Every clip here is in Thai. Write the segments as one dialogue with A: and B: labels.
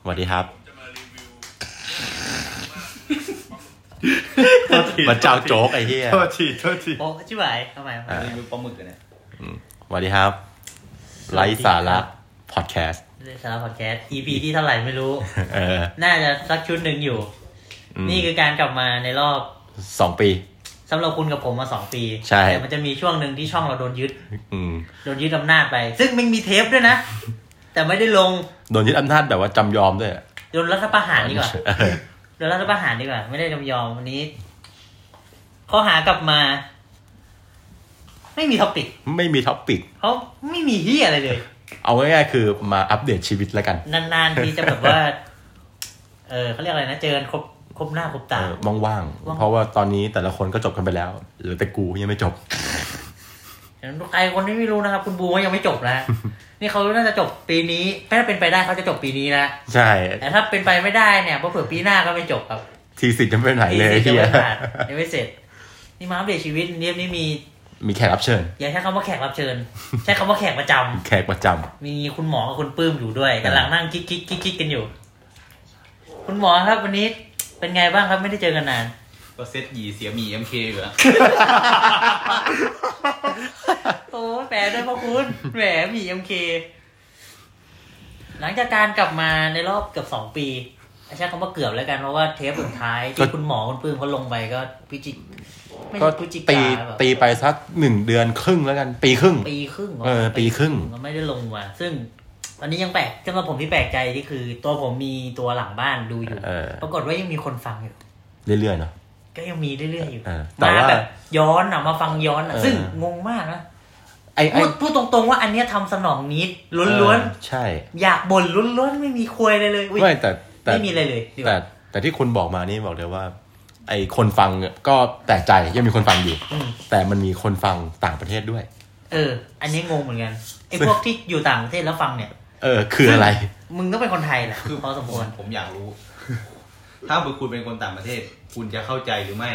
A: สวัสดีครับมันเจ้าโจ๊กไอ้เหี้ย
B: โทษที
C: โอ้ชิบหายทำไม
B: รีวิวปลาหมึกกันเนี่ย
A: สวัสดีครับไร้สาระพอดแคสต์
C: ไร้สาระพอดแคสต์ EP ที่เท่าไหร่ไม่รู้น่าจะสักชุดหนึ่งอยู่นี่คือการกลับมาในรอบ
A: 2 ปี
C: สำหรับคุณกับผมมา2 ปี
A: ใช่
C: แต่มันจะมีช่วงหนึ่งที่ช่องเราโดนยึดอำนาจไปซึ่งไม่มีเทปด้วยนะแต่ไม่ได้ลง
A: โดนยึดอำนาจแบบว่าจำยอมด้วย
C: โดนรัฐประหารดีกว่าโดนรัฐประหารดีกว่าไม่ได้จำยอมวันนี้ข้อหากลับมาไม่มีท็อปิกเขาไม่มีเหี้ยอะไรเลย
A: เอาง่ายๆคือมาอัปเดตชีวิตแล้วกัน
C: นานๆทีจะแบบว่าเขาเรียกอะไรนะเจอกันครบหน้าครบตา
A: ว่างๆเพราะว่าตอนนี้แต่ละคนก็จบกันไปแล้วเหลือแต่กูยังไม่จบ
C: ใครคนที่ไม่รู้นะครับคุณบูก็ยังไม่จบนะนี่เขาน่าจะจบปีนี้ถ้าเป็นไปได้เขาจะจบปีนี้นะ
A: ใช่
C: แต่ถ้าเป็นไปไม่ได้เนี่ยเพราะเผื่อปีหน้าก็ไม่จบครับ
A: ทีสิทธิ์จะไม่ไหนเลย
C: ที่ยังไม่เสร็จนี่มาอัปเดตชีวิตนี้
A: มีแขกรับเชิญ
C: อย่าใช้คำว่าแขกรับเชิญใช้คำว่าแขกประจำมีคุณหมอกับคุณปื้มอยู่ด้วยกำลังนั่งกิ๊กกันอยู่คุณหมอครับวันนี้เป็นไงบ้างครับไม่ได้เจอกันนาน
B: ก็เซตหยีเสียหมี MK อยู่อะ
C: โอ้แปลด้วยพ่อคุณแหมหมี MK หลังจากการกลับมาในรอบเกือบ2 ปีใช้คำว่าเกือบแล้วกันเพราะว่าเทปสุดท้ายที่คุณหมอคุณปื้มเขาลงไปก็
A: ก็ตีไปสัก1 เดือนครึ่งแล้วกันปีครึ่ง
C: ปีครึ่งก็ไม่ได้ลงมาซึ่งตอนนี้ยังแปลกสำหรับผมที่แปลกใจที่คือตัวผมมีตัวหลังบ้านดูอยู่ปรากฏว่ายังมีคนฟังอยู่
A: เรื่อยๆเนาะ
C: ก็ยังมีเรื่อยๆอยู่แต่ว่าแบบย้อนมาฟังย้อนซึ่งงงมากนะพูดตรงๆว่าอันนี้ทำสนองนิดล้วน
A: ๆใช่
C: อยากบ่นล้วนๆไม่มีคุยเลย
A: ไม่แต่
C: ไม่มีอะไรเลย
A: แต่ที่คุณบอกมานี่บอกเลยว่าไอคนฟังก็แปลกใจยังมีคนฟังอยู่แต่มันมีคนฟังต่างประเทศด้วย
C: อันนี้งงเหมือนกันไอพวกที่อยู่ต่างประเทศแล้วฟังเนี่ย
A: คืออะไร
C: มึงก็เป็นคนไทยแหละ
B: คือพอสมควรผมอยากรู้ถ้าคุณเป็นคนต่างประเทศคุณจะเข้าใจหรือไม่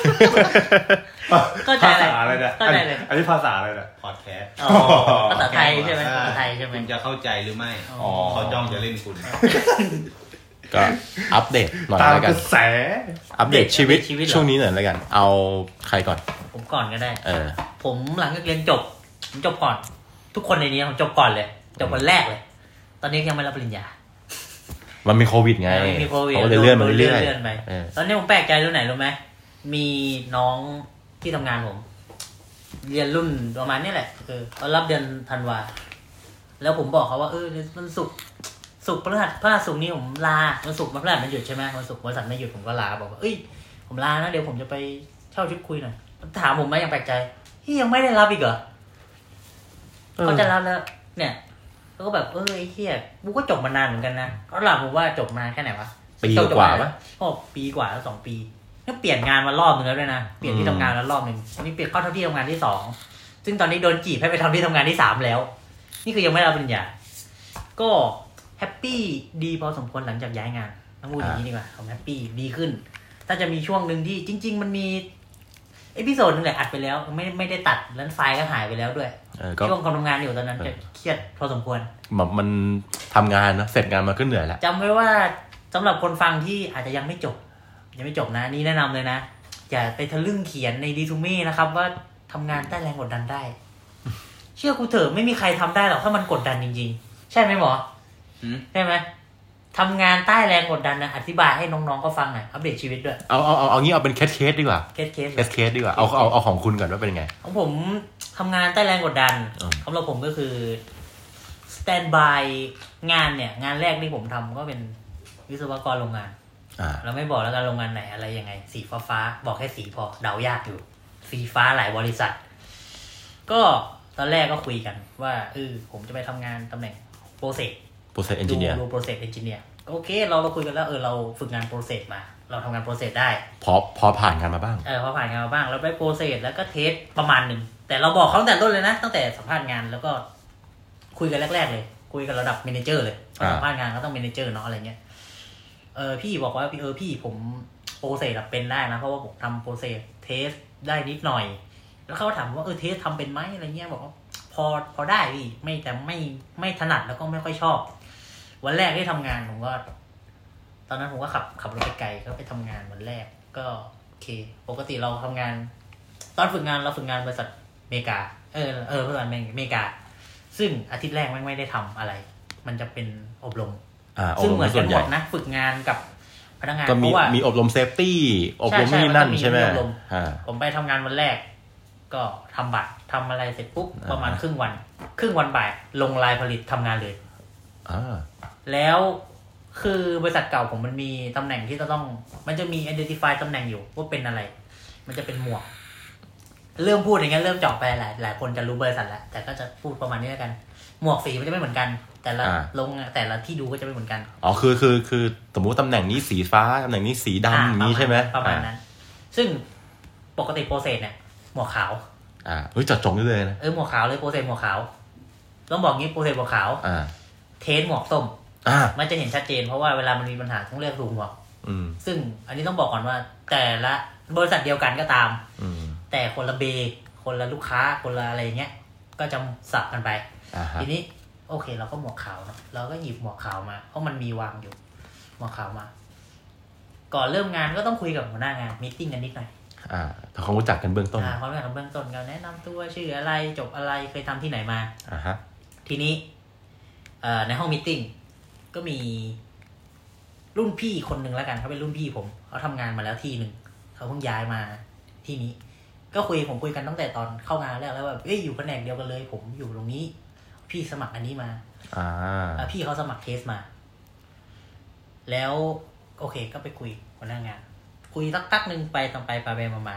C: เข้าใจ
B: อะไรเนี่ยอันนี้ภาษาอะไรเนี่ยพอดแคสต์
C: ภาษาไทยใช่ไหมภาษาไทยใช่ไหม
B: คุณจะเข้าใจหรือไม่เขาจ้องจะเล่นคุณ
A: ก็อัปเดตหน่อยแล้วกัน
B: กระแส
A: อัปเดตชีวิตช่วงนี้หน่อยแล้วกันเอาใครก่อน
C: ผมก่อนก็ได้ผมหลังจากเรียนจบผมจบก่อนทุกคนในนี้ผมจบก่อนเลยจบวันแรกเลยตอนนี้ยังไม่รับปริญญา
A: มันมีโควิดไง
C: เขาเลยเลื่อนไปตอนนี้ผมแปลกใจตรงไหนรู้ไหมมีน้องที่ทำงานผมเรียนรุ่นประมาณนี้แหละเขารับเดือนธันวาแล้วผมบอกเขาว่ามันศุกร์พฤหัสศุกร์นี้ผมลาวันศุกร์วันพฤหัสมันหยุดใช่ไหมวันศุกร์บริษัทไม่หยุดผมก็ลาบอกว่าผมลานะเดี๋ยวผมจะไปเช่าชุดคุยหน่อยถามผมไหมยังแปลกใจที่ยังไม่ได้รับอีกเหรอเขาจะรับแล้วเนี่ยก็แบบไอ้เหี้ยกูก็จบมานานเหมือนกันนะเขาถามผมว่าจบมาแค่ไหนวะ
A: ปีกว่าปะ
C: ปีกว่าแล้ว2 ปีนี่เปลี่ยนงานมารอบนึงแล้วด้วยนะเปลี่ยนที่ทำงานแล้วรอบนึงอันนี้เปลี่ยนเข้าที่ทำงานที่2ซึ่งตอนนี้โดนจีบให้ไปทำที่ทำงานที่3แล้วนี่คือยังไม่รับปริญญาก็แฮปปี้ดีพอสมควรหลังจากย้ายงานต้องพูดอย่างนี้ดีกว่าผมแฮปปี้ดีขึ้นถ้าจะมีช่วงนึงที่จริงๆมันมีเอพิโซดนึงแหละอัดไปแล้วไม่ได้ตัดแล้วไฟล์ก็หายไปแล้วด้วยช่วงทำงานอยู่ตอนนั้นจะเครียดพอสมควร
A: แบบมันทำงานนะเสร็จงานมาก็เหนื่อยแล้ว
C: จำไว้ว่าสำหรับคนฟังที่อาจจะยังไม่จบนะนี่แนะนำเลยนะอย่าไปทะลึ่งเขียนในรีซูเม่นะครับว่าทำงานใต้แรงกดดันได้เชื่อกูเถอะไม่มีใครทำได้หรอกถ้ามันกดดันจริงๆใช่ไหมหมอใช่ไหมทำงานใต้แรงกดดันนะอธิบายให้น้องๆก็ฟังหน่อยอัปเดตชีวิตด้วย
A: เอางี้เอาเป็นเคสดีกว่าเคสดีกว่าเอาของคุณก่อนว่าเป็นยังไง
C: ของผมทำงานใต้แรงกดดันสำหรับผมก็คือสแตนด์บายงานเนี่ยงานแรกที่ผมทำก็เป็นวิศวกรโรงงานเราไม่บอกแล้วกันโรงงานไหนอะไรยังไงสีฟ้าบอกแค่สีพอเดายากอยู่สีฟ้าหลายบริษัทก็ตอนแรกก็คุยกันว่าผมจะไปทำงานตำแหน่งโปรเซส
A: เอนจิเนียร์
C: โปรเซสเอนจิเนียร์โอเคเราคุยกันแล้วเราฝึกงานโปรเซสมาเราทำงานโปรเซสได้
A: พอผ่านงานมาบ้าง
C: พอผ่านงานมาบ้างเราไปโปรเซสแล้วก็เทสประมาณนึงแต่เราบอกเขาตั้งแต่ต้นเลยนะตั้งแต่สัมภาษณ์งานแล้วก็คุยกันแรกๆเลยคุยกันระดับเมเนเจอร์เลยสัมภาษณ์งานก็ต้องเมเนเจอร์เนาะอะไรเงี้ยพี่บอกว่าพี่ผมโปรเซสเป็นได้นะเพราะว่าผมทำโปรเซสเทสได้นิดหน่อยแล้วเขาถามว่าเทสทำเป็นไหมอะไรเงี้ยบอกว่าพอได้พี่แต่ไม่ถนัดแล้วก็ไม่ค่อยชอบวันแรกที่ทำงานผมก็ตอนนั้นผมก็ขับรถไปไกลก็ไปทำงานวันแรกก็โอเคปกติเราทำงานตอนฝึกงานเราฝึกงานบริษัทอเมริกาบริษัทอเมริกาซึ่งอาทิตย์แรกไม่ได้ทำอะไรมันจะเป็นอบรมซึ่งเหมือนกันหมดนะฝึกงานกับพนักงานเพราะว่ามี
A: อบรมเซฟตี้อบรมนี่นั่นใช่ไหม
C: ผมไปทำงานวันแรกก็ทำบัตรทำอะไรเสร็จปุ๊บประมาณครึ่งวันบ่ายลงลายผลิตทำงานเลยแล้วคือบริษัทเก่าผมมันมีตำแหน่งที่มันจะมี identify ตำแหน่งอยู่ว่าเป็นอะไรมันจะเป็นหมวกเริ่มพูดอย่างเงี้ยเริ่มเจาะไปหลายคนจะรู้บริษัทแล้วแต่ก็จะพูดประมาณนี้แล้วกันหมวกสีมันจะไม่เหมือนกันแต่ละที่ดูก็จะไม่เหมือนกัน
A: คือสมมุติตำแหน่งนี้สีฟ้าตำแหน่งนี้สีดำนี้ใช่ไหม
C: ประมาณนั้นซึ่งปกติโปรเซสเนี่ยหมวกขาว
A: เฮ้ยจดจงได้เลยนะ
C: หมวกขาวเลยโปรเซสหมวกขาวต้องบอกงี้โปรเซสหมวกขาวเทสหมวกส้มมันจะเห็นชัดเจนเพราะว่าเวลามันมีปัญหาต้องเลือกถูกหมวกซึ่งอันนี้ต้องบอกก่อนว่าแต่ละบริษัทเดียวกันก็ตามแต่คนละคนละลูกค้าคนละอะไรเงี้ยก็จะสับกันไปทีนี้โอเคเราก็หมวกขาวเนาะเราก็หยิบหมวกขาวมาเพราะมันมีวางอยู่หมวกขาวมาก่อนเริ่มงานก็ต้องคุยกับหัวหน้างานมีตติ้งกันนิดหน่อย
A: ถ้าเขารู้จักกันเบื้องต้น
C: เขารู้จักกันเบื้องต้นกันแนะนำตัวชื่ออะไรจบอะไรเคยทำที่ไหนมาทีนี้ในห้องมีตติ้งก็มีรุ่นพี่คนนึงแล้วกันเขาเป็นรุ่นพี่ผมเขาทำงานมาแล้วที่นึงเขาเพิ่งย้ายมาที่นี้ก็ผมคุยกันตั้งแต่ตอนเข้างานแล้วแบบอยู่แผนกเดียวกันเลยผมอยู่ตรงนี้พี่สมัครอันนี้มาพี่เขาสมัครเทสมาแล้วโอเคก็ไปคุยหัวหน้างานคุยตักนึงไปมา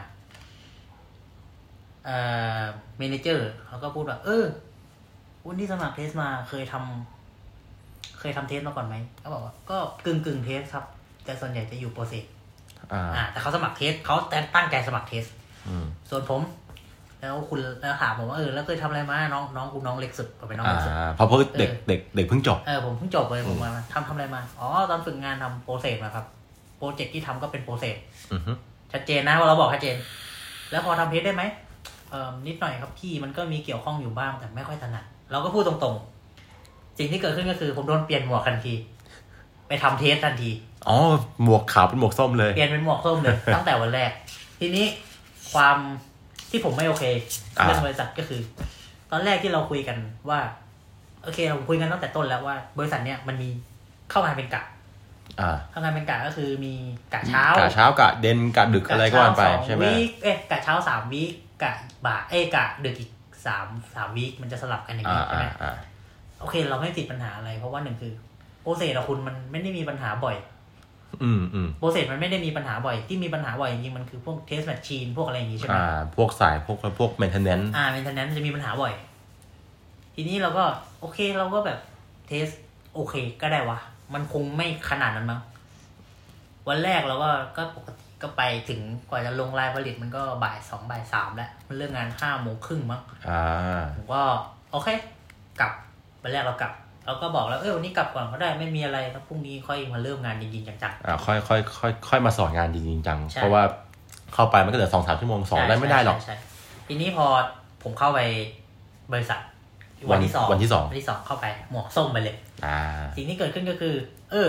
C: เมเนเจอร์เขาก็พูดว่าวันที่สมัครเทสมาเคยทำเทสมาก่อนไหมเขาบอกว่าก็กึ่งเทสครับแต่ส่วนใหญ่จะอยู่โปรเซสแต่เขาสมัครเทสเขาตั้งใจสมัครเทสส่วนผมแล้วถามผมว่าแล้วเคยทำอะไรมาน้องเล็กสุดผมเป็นน้องเล็กสุด
A: เพราะเด็กเพิ่งจบ
C: ผมเพิ่งจบเลยผมมาทำอะไรมาตอนฝึกงานทำโปรเซสมาครับโปรเจกต์ที่ทำก็เป็นโปรเซสชัดเจนนะว่าเราบอกชัดเจนแล้วพอทำเทสได้ไหมนิดหน่อยครับพี่มันก็มีเกี่ยวข้องอยู่บ้างแต่ไม่ค่อยถนัดเราก็พูดตรงๆสิ่งที่เกิดขึ้นก็คือผมโดนเปลี่ยนหมวกทันทีไปทำเทสทันที
A: หมวกขาวเป็นหมวกส้มเลย
C: เปลี่ยนเป็นหมวกส้มเลย ตั้งแต่วันแรกทีนี้ความที่ผมไม่โอเคเรื่องบริษัทก็คือตอนแรกที่เราคุยกันว่าโอเคเราคุยกันตั้งแต่ต้นแล้วว่าบริษัทเนี้ยมันมีเข้างานเป็นกะเข้างานเป็นกะก็คือมีกะเช้
A: ากะเด่นกะดึกอะไรก็ว่าไปใช่ไหม
C: กะเช้า3วีคกะบ่ายกะดึกอีก3วีคมันจะสลับกันอย่างนี้ใช่ไหมโอเคเราไม่ติดปัญหาอะไรเพราะว่าหนึ่งคือโปรเซสคุณมันไม่ได้มีปัญหาบ่อยโปรเซสมันไม่ได้มีปัญหาบ่อยที่มีปัญหาบ่อยจริงๆมันคือพวกเทสแมชชีนพวกอะไรอย่างนี้ใช่ไหม
A: พวกสายพวกเมนเทนแนนซ์
C: เมนเทนแนนซ์จะมีปัญหาบ่อยทีนี้เราก็โอเคเราก็แบบเทสโอเคก็ได้วะมันคงไม่ขนาดนั้นมั้งวันแรกเราก็ปกติก็ไปถึงกว่าจะลงลายผลิตมันก็บ่าย2บ่าย3แล้วมันเลิกงาน 5:30 มั้งผมก็โอเคกลับวันแรกเรากลับเราก็บอกแล้ววันนี้กลับก่อนก็ได้ไม่มีอะไรแล้วพรุ่งนี้ค่อยมาเริ่มงานจริงๆจังๆ
A: ค่อยมาสอนงานจริงๆจังเพราะว่าเข้าไปมันก็เหลือ 2-3 ชั่วโมงสอนได้ไม่ได้หรอก
C: ทีนี้พอผมเข้าไปบริษัทวันที่2เข้าไปหมวกส้มไปเลยสิ่งที่เกิดขึ้นก็คือ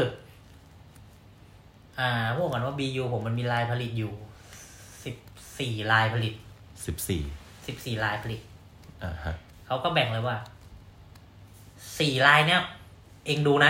C: พวกกันว่า BU ผมมันมีลายผลิตอยู่14ลายผลิต14ลายผลิตเขาก็แบ่งเลยว่า4ลายเนี้ยเองดูนะ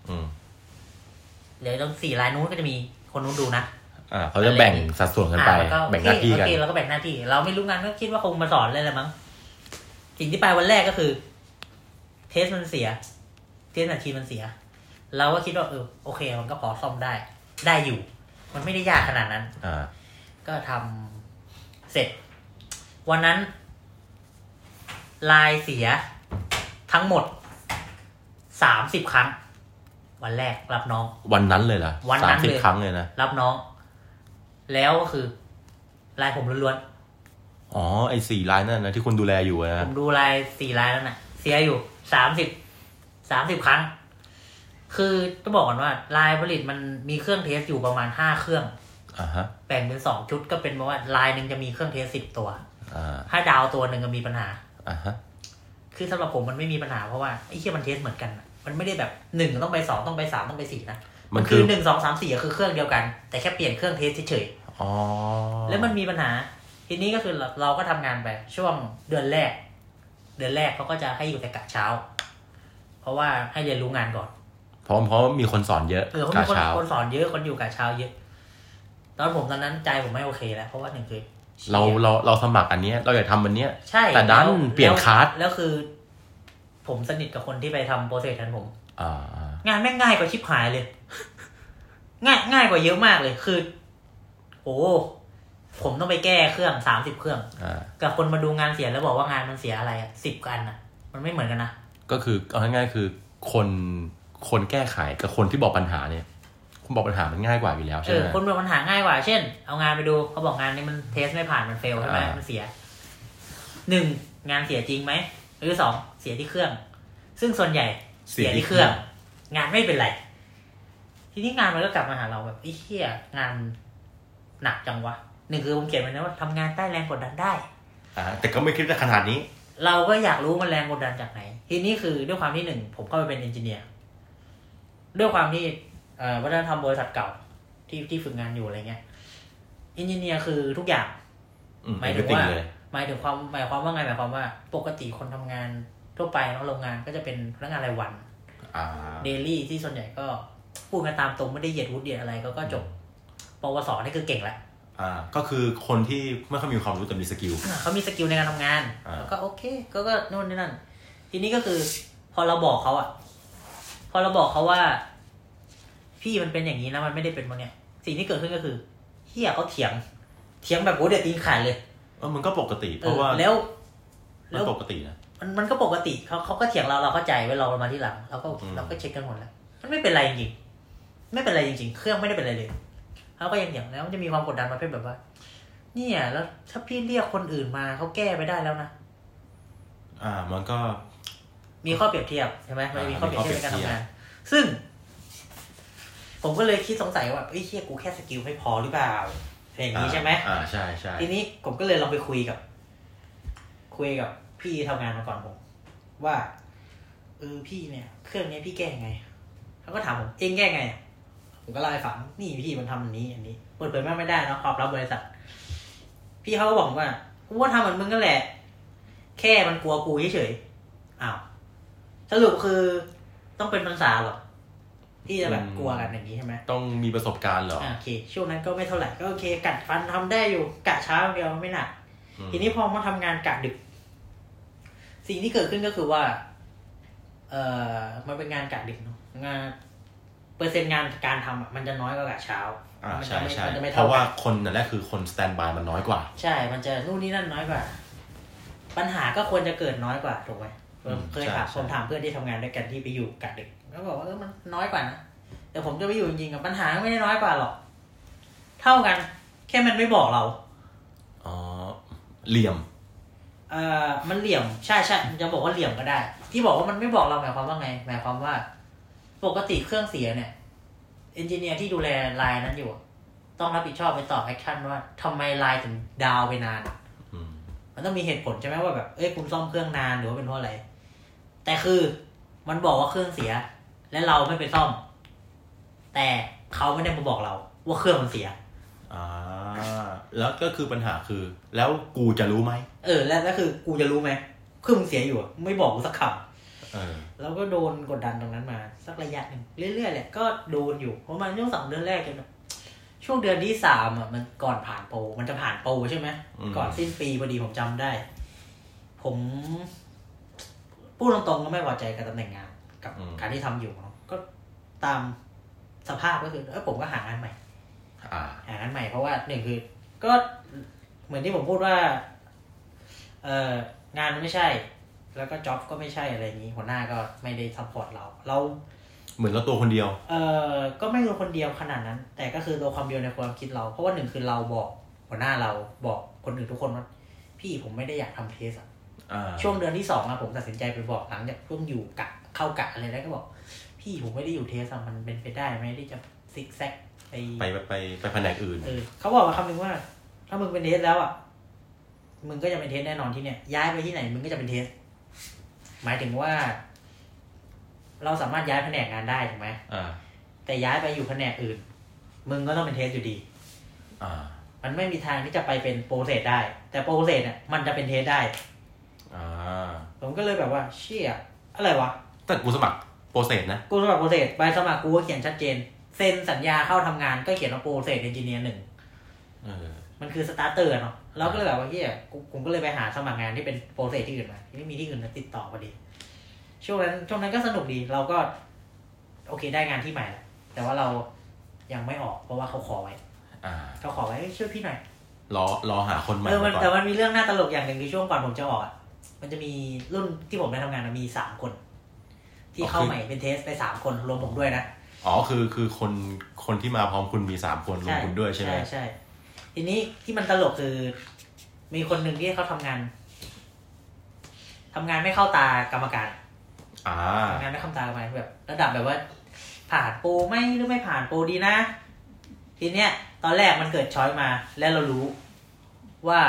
C: เดี๋ยวต้อง4ลายนู้นก็จะมีคนนู้นดูนะ
A: เขาจะแบ่งสัดส่วนกันไปแบ่งหน้าที่กัน
C: เราก็แบ่งหน้าที่เราไม่รู้งานก็คิดว่าคงมาสอนเลยแหละมั้งสิ่งที่ไปวันแรกก็คือเทสมันเสียเทสแมชชีนมันเสียเราก็คิดว่าโอเคมันก็พอซ่อมได้อยู่มันไม่ได้ยากขนาดนั้นก็ทำเสร็จวันนั้นลายเสียทั้งหมด30 ครั้งวันแรกรับน้อง
A: วันนั้นเลยเหรอ30 ครั้งเลยนะ
C: รับน้องแล้วก็คือลายผมล้วน
A: ๆไอ้4ลายนั่นนะที่คุณดูแลอยู่นะ
C: ผมดูลาย4ลายนั่นน่ะเสียอยู่30 ครั้งคือต้องบอกก่อนว่าลายผลิตมันมีเครื่องเทสอยู่ประมาณ5เครื่องแบ่งเป็น2ชุดก็เป็นว่าลายนึงจะมีเครื่องเทส10ตัวถ้าดาวตัวนึงก็มีปัญหาคือสำหรับผมมันไม่มีปัญหาเพราะว่าไอ้ที่มันเทสเหมือนกันมันไม่ได้แบบ1ต้องไป2ต้องไป3ต้องไป4นะมันคือ1 2 3 4คือเครื่องเดียวกันแต่แค่เปลี่ยนเครื่องเทสเฉยๆแล้วมันมีปัญหาทีนี้ก็คือเราก็ทำงานไปช่วงเดือนแรกเขาก็จะให้อยู่แต่กะเช้าเพราะว่าให้เรียนรู้งานก่อน
A: เพราะมีคนสอนเยอะ
C: เขามีคนสอนเยอะคนอยู่กะเช้าเยอะตอนนั้นใจผมไม่โอเคแล้วเพราะว่าหนึ่งคือ
A: เราสมัครอันเนี้ยเราอยากทำอันเนี้ย
C: ใช่
A: แต่ดันเปลี่ยนคลาส
C: แล้วคือผมสนิทกับคนที่ไปทำโปรเซสทันผมงานแม่งง่ายกว่าชิบหายเลยง่ายกว่าเยอะมากเลยคือโอ้ผมต้องไปแก้เครื่อง30เครื่องกับคนมาดูงานเสียแล้วบอกว่างานมันเสียอะไร10กันน่ะมันไม่เหมือนกันนะ
A: ก็คือเอาง่ายๆคือคนแก้ไขกับคนที่บอกปัญหาเนี่ยคุณบอกปัญหามันง่ายกว่าอยู่แล้วใช่ไหม
C: คนบอกปัญหาง่ายกว่าเช่นเอางานไปดูเขาบอกงานนี้มันเทสไม่ผ่านมันเฟลใช่ไหมมันเสีย1งานเสียจริงไหมหรือ2เสียที่เครื่องซึ่งส่วนใหญ่เสียที่เครื่องงานไม่เป็นไรทีนี้งานมันก็กลับมาหาเราแบบไอ้เหี้ยงานหนักจังวะ1คือผมเขียนไว้นะว่าทำงานใต้แรงกดดันได้
A: แต่ก็ไม่คิดจะขนาดนี้
C: เราก็อยากรู้มันแรงกดดันจากไหนทีนี้คือด้วยความที่1ผมเข้าไปเป็นเอนจิเนียร์ด้วยความที่วัฒนธรรมบริษัทเก่าที่ฝึกงานอยู่อะไรเงี้ยเอนจิเนียร์คือทุกอย่างหมายถึงความหมายความว่าไงหมายความว่าปกติคนทำงานทั่วไปเนาะโรงงานก็จะเป็นพนักงานรายวันเดลี่ที่ส่วนใหญ่ก็พูดกันตามตรงไม่ได้เหยียดวุฒิอะไรก็จบปวสนี่คือเก่งแล้ว
A: ก็คือคนที่ไม่ค่อยมีความรู้แต่มีสกิล
C: เขามีสกิลในการทำงานก็โอเคก็โน่นนี่นั่นทีนี้ก็คือพอเราบอกเขาว่าพี่มันเป็นอย่างนี้นะมันไม่ได้เป็นพวกเนี้ยสิ่งที่เกิดขึ้นก็คือเฮียเขาเถียงแบบโหเดือดตีนขาดเลย
A: มันก็ปกติเพราะว่าแล้วปกตินะ
C: มันก็ปกติเขาก็เถียงเราเข้าใจไว้เรามาที่หลังเราก็เช็คกันหมดแล้วมันไม่เป็นไรจริงๆไม่เป็นไรจริงๆเครื่องไม่ได้เป็นไรเลยเขาก็ยังเถียงแล้วมันจะมีความกดดันมาเป็นแบบว่าเนี่ยแล้วถ้าพี่เรียกคนอื่นมาเขาแก้ไปได้แล้วนะ
A: มันก็
C: มีข้อเปรียบเทียบใช่ไหมมันมีข้อเปรียบเทียบในการทำงานซึ่งผมก็เลยคิดสงสัยว่าเฮ้ยเชี่ยกูแค่สกิลไม่พอหรือเปล่าอย่างนี้ใช่ไหม
A: ใช่ใช่
C: ทีนี้ผมก็เลยลองไปคุยกับพี่ทำงานมาก่อนผมว่าพี่เนี่ยเครื่องนี้พี่แก้ไงเขาก็ถามผมเองแก้ไงผมก็เล่าให้ฟังนี่พี่มันทำอันนี้เปิดเผยมากไม่ได้นะความลับบริษัทพี่เขาก็บอกว่ากูว่าทำเหมือนมึงนั่นแหละแค่มันกลัวกูเฉยๆสรุปคือต้องเป็นภาษาหรอที่จะแบบกลัวกันอย่างนี้ใช่ไหม
A: ต้องมีประสบการณ์เหรอ
C: โอเคช่วงนั้นก็ไม่เท่าไหร่ก็โอเคกัดฟันทำได้อยู่กะเช้าเดียวไม่หนักทีนี้พอมาทำงานกะดึกสิ่งที่เกิดขึ้นก็คือว่ามันเป็นงานกะดึกเนาะงานเปอร์เซ็นต์งานการทำมันจะน้อยกว่ากะเช้า
A: ใช่ใช่เพราะว่าคนนั่นแหละคือคนสแตนบายมันน้อยกว่า
C: ใช่มันจะนู่นนี่นั่นน้อยกว่าปัญหาก็ควรจะเกิดน้อยกว่าถูกไหมเคยถามเพื่อนที่ทำงานด้วยกันที่ไปอยู่กะดึกก็บอกว่ามันน้อยกว่านะแต่ผมจะไปอยู่จริงๆกับปัญหาไม่ได้น้อยกว่าหรอกเท่ากันแค่มันไม่บอกเรา
A: เหลี่ยม
C: มันเหลี่ยมใช่จะบอกว่าเหลี่ยมก็ได้ที่บอกว่ามันไม่บอกเราหมายความว่าไงหมายความว่าปกติเครื่องเสียเนี่ยเอนจิเนียร์ที่ดูแลไลน์นั้นอยู่ต้องรับผิดชอบไปตอบแอคชั่นว่าทำไมไลน์ถึงดาวไปนานมันต้องมีเหตุผลใช่ไหมว่าแบบคุณซ่อมเครื่องนานหรือว่าเป็นเพราะอะไรแต่คือมันบอกว่าเครื่องเสียและเราไม่ไปซ่อมแต่เขาไม่ได้มาบอกเราว่าเครื่องมันเสีย
A: แล้วก็คือปัญหาคือแล้วกูจะรู้ไหม
C: แล้วคือกูจะรู้ไหมเครื่องมันเสียอยู่ไม่บอกกูสักคำแล้วก็โดนกดดันตรงนั้นมาสักระยะหนึ่งเรื่อยๆแหละก็โดนอยู่เพราะมันช่วง2 เดือนแรกกันช่วงเดือนที่3มันก่อนผ่านโปรมันจะผ่านโปรใช่ไหมก่อนสิ้นปีพอดีผมจำได้ผมพูดตรงๆก็ไม่พอใจกับตำแหน่งงานกับการที่ทำอยู่ก็ตามสภาพก็คือผมก็หางานใหม่เพราะว่า1คือก็เหมือนที่ผมพูดว่างานมันไม่ใช่แล้วก็จ็อบก็ไม่ใช่อะไรอย่างนี้หัวหน้าก็ไม่ได้ซัพพอร์ตเรา
A: เหมือนเราตัวคนเดียว
C: ก็ไม่ตัวคนเดียวขนาดนั้นแต่ก็คือตัวความเดียวในความคิดเราเพราะว่า1คือเราบอกหัวหน้าเราบอกคนอื่นทุกคนว่าพี่ผมไม่ได้อยากทำเทสช่วงเดือนที่2ผมตัดสินใจไปบอกหลังจากช่วงอยู่กะเข้ากะอะไรแล้วก็บอกพี่ผมไม่ได้อยู่เทสมันเป็นไปได้ไหมที่จะซิกแซก
A: ไปแผนกอื่น
C: เขาบอกมาคำนึงว่าถ้ามึงเป็นเทสแล้วมึงก็จะเป็นเทสแน่นอนที่เนี่ยย้ายไปที่ไหนมึงก็จะเป็นเทสหมายถึงว่าเราสามารถย้ายแผนกงานได้ถูกไหมแต่ย้ายไปอยู่แผนกอื่นมึงก็ต้องเป็นเทสอยู่ดีมันไม่มีทางที่จะไปเป็นโปรเซสได้แต่โปรเซสเนี่ยมันจะเป็นเทสได้ผมก็เลยแบบว่าเชี่ยอะไรวะ
A: แต่กูสมัครโปรเซสนะ
C: กูสมัครโปรเซสใบสมัครกูก็เขียนชัดเจนเซ็นสัญญาเข้าทำงานก็เขียนว่าโปรเซสเอนจิเนียร์1มันคือสตาร์เตอร์เนาะเราก็เลยแบบว่าเฮียผมก็เลยไปหาสมัครงานที่เป็นโปรเซสที่อื่นมาไม่มีที่อื่นติดต่อพอดีช่วงนั้นก็สนุกดีเราก็โอเคได้งานที่ใหม่แล้วแต่ว่าเรายังไม่ออกเพราะว่าเขาขอไว้เขาขอไว้ช่วยพี่หน่อย
A: รอหาคนใหม่
C: แต่มันมีเรื่องน่าตลกอย่างหนึ่งคือช่วงก่อนผมจะออกมันจะมีรุ่นที่ผมได้ทำงานมี3คนที่เข้าใหม่เป็นเทสไป3คนรวมผมด้วยนะ
A: คือคนที่มาพร้อมคุณมี3คนรวมคุณด้วยใช่ไหม
C: ใช่ทีนี้ที่มันตลกคือมีคนหนึ่งที่เขาทำงานไม่เข้าตากรรมการทำงานไม่เข้าตากรรมการแบบระดับแบบว่าผ่านโปรไหมหรือไม่ผ่านโปรดีนะทีเนี้ยตอนแรกมันเกิดช้อยมาแล้วเรารู้ว่า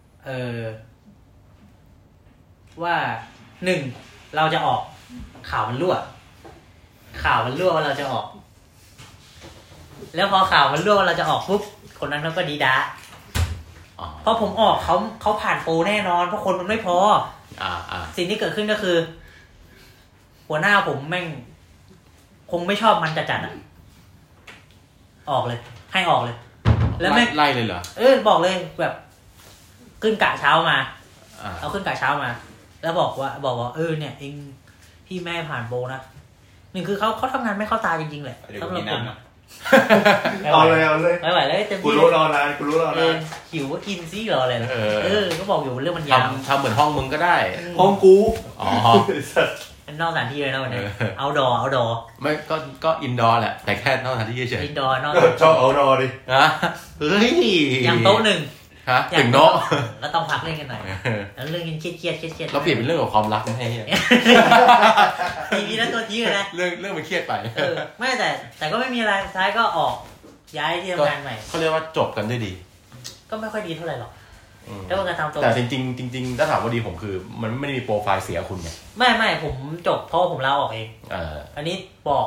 C: ว่า1เราจะออกข่าวมันรั่วว่าเราจะออกแล้วพอข่าวมันรั่วว่าเราจะออกปุ๊บคนนั้นเขาก็ดีด้าเพราะผมออกเขาผ่านโปรแน่นอนเพราะคนมันไม่พอสิ่งที่เกิดขึ้นก็คือหัวหน้าผมแม่งคงไม่ชอบมันจัดออกเลยให้ออกเลย
A: แล้วไม่ไล่เลยเหรอ
C: บอกเลยแบบขึ้นกะเช้ามาเอาขึ้นกะเช้ามาแล้วบอกว่าเนี่ยเองพี่แม่ผ่านโบนะ1คือเขาทำงานไม่เข้าตาจริงๆแหละ
B: สำหรับผม
D: เอาเลย
C: ไม่ไหวเลย
D: กูรู้รอนาน
C: หิวก็กินซิรออะไรก็บอกอยู่เรื่องมันยาว
A: ทำเหมือนห้องมึงก็ได้
D: ห้องกู
C: นอกสถานที่เลยนะวันนี้เอาดอ
A: ไม่ก็อินดอร์แหละแต่แค่นอกสถานที่เฉย
C: อินดอร์นอก
D: ชอบเอาดอดิ
A: นะเฮ้ย
C: อย่างโต๊ะ1
A: ถึงโน้ต
C: แล้วต้องพักเล่นกันหน่อยแล้วเรื่องกินเครียด
A: เราเปลี่ยนเป็นเรื่องของความรักไม่ให้
C: ทีนี้แล้วตัวทีเลยนะ
A: เรื่องมันเครียดไป
C: ไม่แต่ก็ไม่มีอะไรท้ายก็ออกย้ายที่ทำงานใหม่
A: เขาเรียกว่าจบกันด้วยดี
C: ก็ไม่ค่อยดีเท่าไหร่หรอกแล้วก็ทำตัว
A: แต่จริงถ้าถามว่าดีผมคือมันไม่ได้มีโปรไฟล์เสียคุณไง
C: ไม่ผมจบเพราะผมลาออกเองอันนี้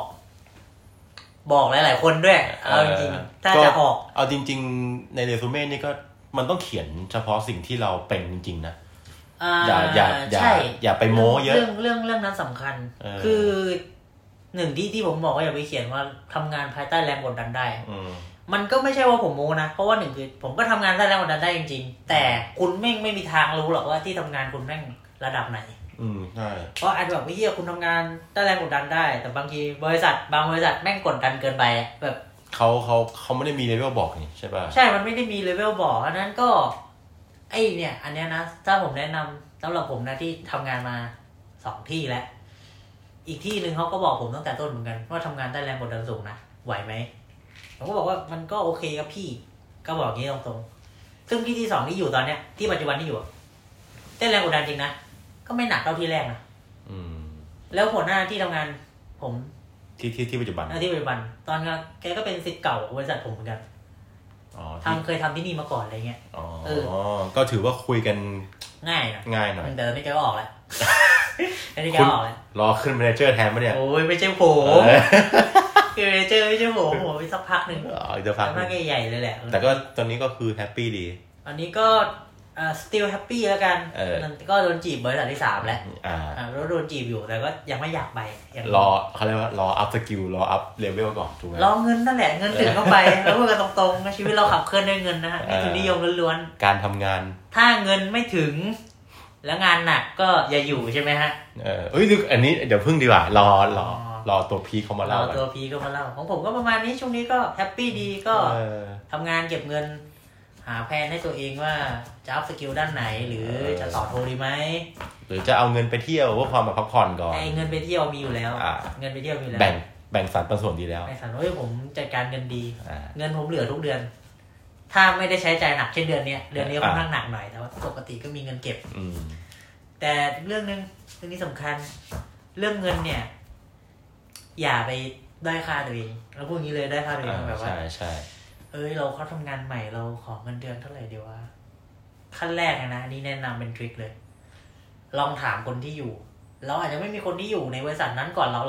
C: บอกหลายๆคนด้วยเอาจริงๆถ้าจะออก
A: เอาจริงๆในเรซูเม่นี่ก็มันต้องเขียนเฉพาะสิ่งที่เราเป็นจริงๆนะอย่าไปโม้เยอะ
C: เรื่องนั้นสำคัญคือ1ที่ผมบอกว่าอย่าไปเขียนว่าทำงานภายใต้แรงกดดันได้มันก็ไม่ใช่ว่าผมโม้นะเพราะว่า1คือผมก็ทำงานใต้แรงกดดันได้จริงๆแต่คุณไม่มีทางรู้หรอกว่าที่ทำงานคุณแม่งระดับไหน
A: ใช่
C: เพราะอาจจะแบบเฮียคุณทำงานใต้แรงกดดันได้แต่บางทีบางบริษัทแม่งกดดันเกินไปแบบ
A: เขาไม่ได้มีเลเวลบอกนี่ใช่ป่ะ
C: ใช่มันไม่ได้มีเลเวลบอกเพราะนั้นก็เนี่ยอันเนี้ยนะถ้าผมแนะนำสำหรับผมนะที่ทำงานมา2ที่แล้วอีกที่นึงเขาก็บอกผมตั้งแต่ต้นเหมือนกันว่าทำงานใต้แรงกดดันสูงนะไหวไหมผมก็บอกว่ามันก็โอเคครับพี่ก็บอกอย่างนี้ตรงๆซึ่งที่2ที่อยู่ตอนเนี้ยที่ปัจจุบันที่อยู่ใต้แรงกดดันจริงนะก็ไม่หนักเท่าที่แรกนะแล้วหัวหน้าที่ทำงานผม
A: ที่ปัจจุบัน
C: ที่ปัจจุบันตอนนั้นแกก็เป็นศิษย์เก่าบริษัทผมเหมือนกันเคยทำที่นี่มาก่อนอะไรเงี้ย
A: ก็ถือว่าคุยกัน
C: ง่าย
A: หน่อย
C: เดินไม่แกก็ออกแล้วอันนี้แกออกแล้ว
A: รอขึ้นแมเนเจอร์แทนปะเนี่ย
C: โอ้ยไม่ใช่ผมคือแมเนเจอร์ไม่ใช่ผมไปสักพักนึง
A: จะพัก
C: มากใหญ่เลยแหละ
A: แต่ก็ตอนนี้ก็คือแฮปปี้ดี
C: อันนี้ก็still happy แล้วกันก็โดนจีบบริษัทที่3แล้วแล้วโดนจีบอยู่แต่ก็ยังไม่อยากไป
A: รอเขาเรียกว่ารออัพสกิลรออัพเลเวลก่อนถูกไหม
C: รอเงินนั่นแหละเงินถึงก็ไปแล้วพูดกันตรงๆชีวิตเราขับเคลื่อนด้วยเงินนะฮะนี่คือนิยมล้วน
A: ๆการทำงาน
C: ถ้าเงินไม่ถึงแล้วงานหนักก็อย่าอยู่ใช่ไหมฮะ
A: อันนี้เดี๋ยวพึ่งดีกว่ารอตัวพีเขามาเล่าร
C: อตัวพีเขามาเล่าของผมก็ประมาณนี้ช่วงนี้ก็แฮปปี้ดีก็ทำงานเก็บเงินหาแผนให้ตัวเองว่าจะอัพสกิลด้านไหนหรือจะต่อโทดีไหม
A: หรือจะเอาเงินไปเที่ยวเพื่อความแบบพักผ่อนก่อน
C: เงินไปเที่ยวมีอยู่แล้วเงินไปเที่ยวมีแล้ว
A: แบ่งสรรปันส่วนดีแล้ว
C: แบ่งสรรผมจัดการเงินดีเงินผมเหลือทุกเดือนถ้าไม่ได้ใช้จ่ายหนักเช่นเดือนนี้ค่อนข้างหนักหน่อยแต่ว่าปกติก็มีเงินเก็บแต่เรื่องนึงเรื่องนี้สำคัญเรื่องเงินเนี่ยอย่าไปได้ค่าตัวเองเราพูดงี้เลยได้ค่าตัวเองแบบว่า
A: ใช่
C: เราเข้าทำงานใหม่เราขอเงินเดือนเท่าไหร่ดีวะขั้นแรกนะนี่แนะนำเป็นทริคเลยลองถามคนที่อยู่เราอาจจะไม่มีคนที่อยู่ในบริษัทนั้นก่อนเราหรอก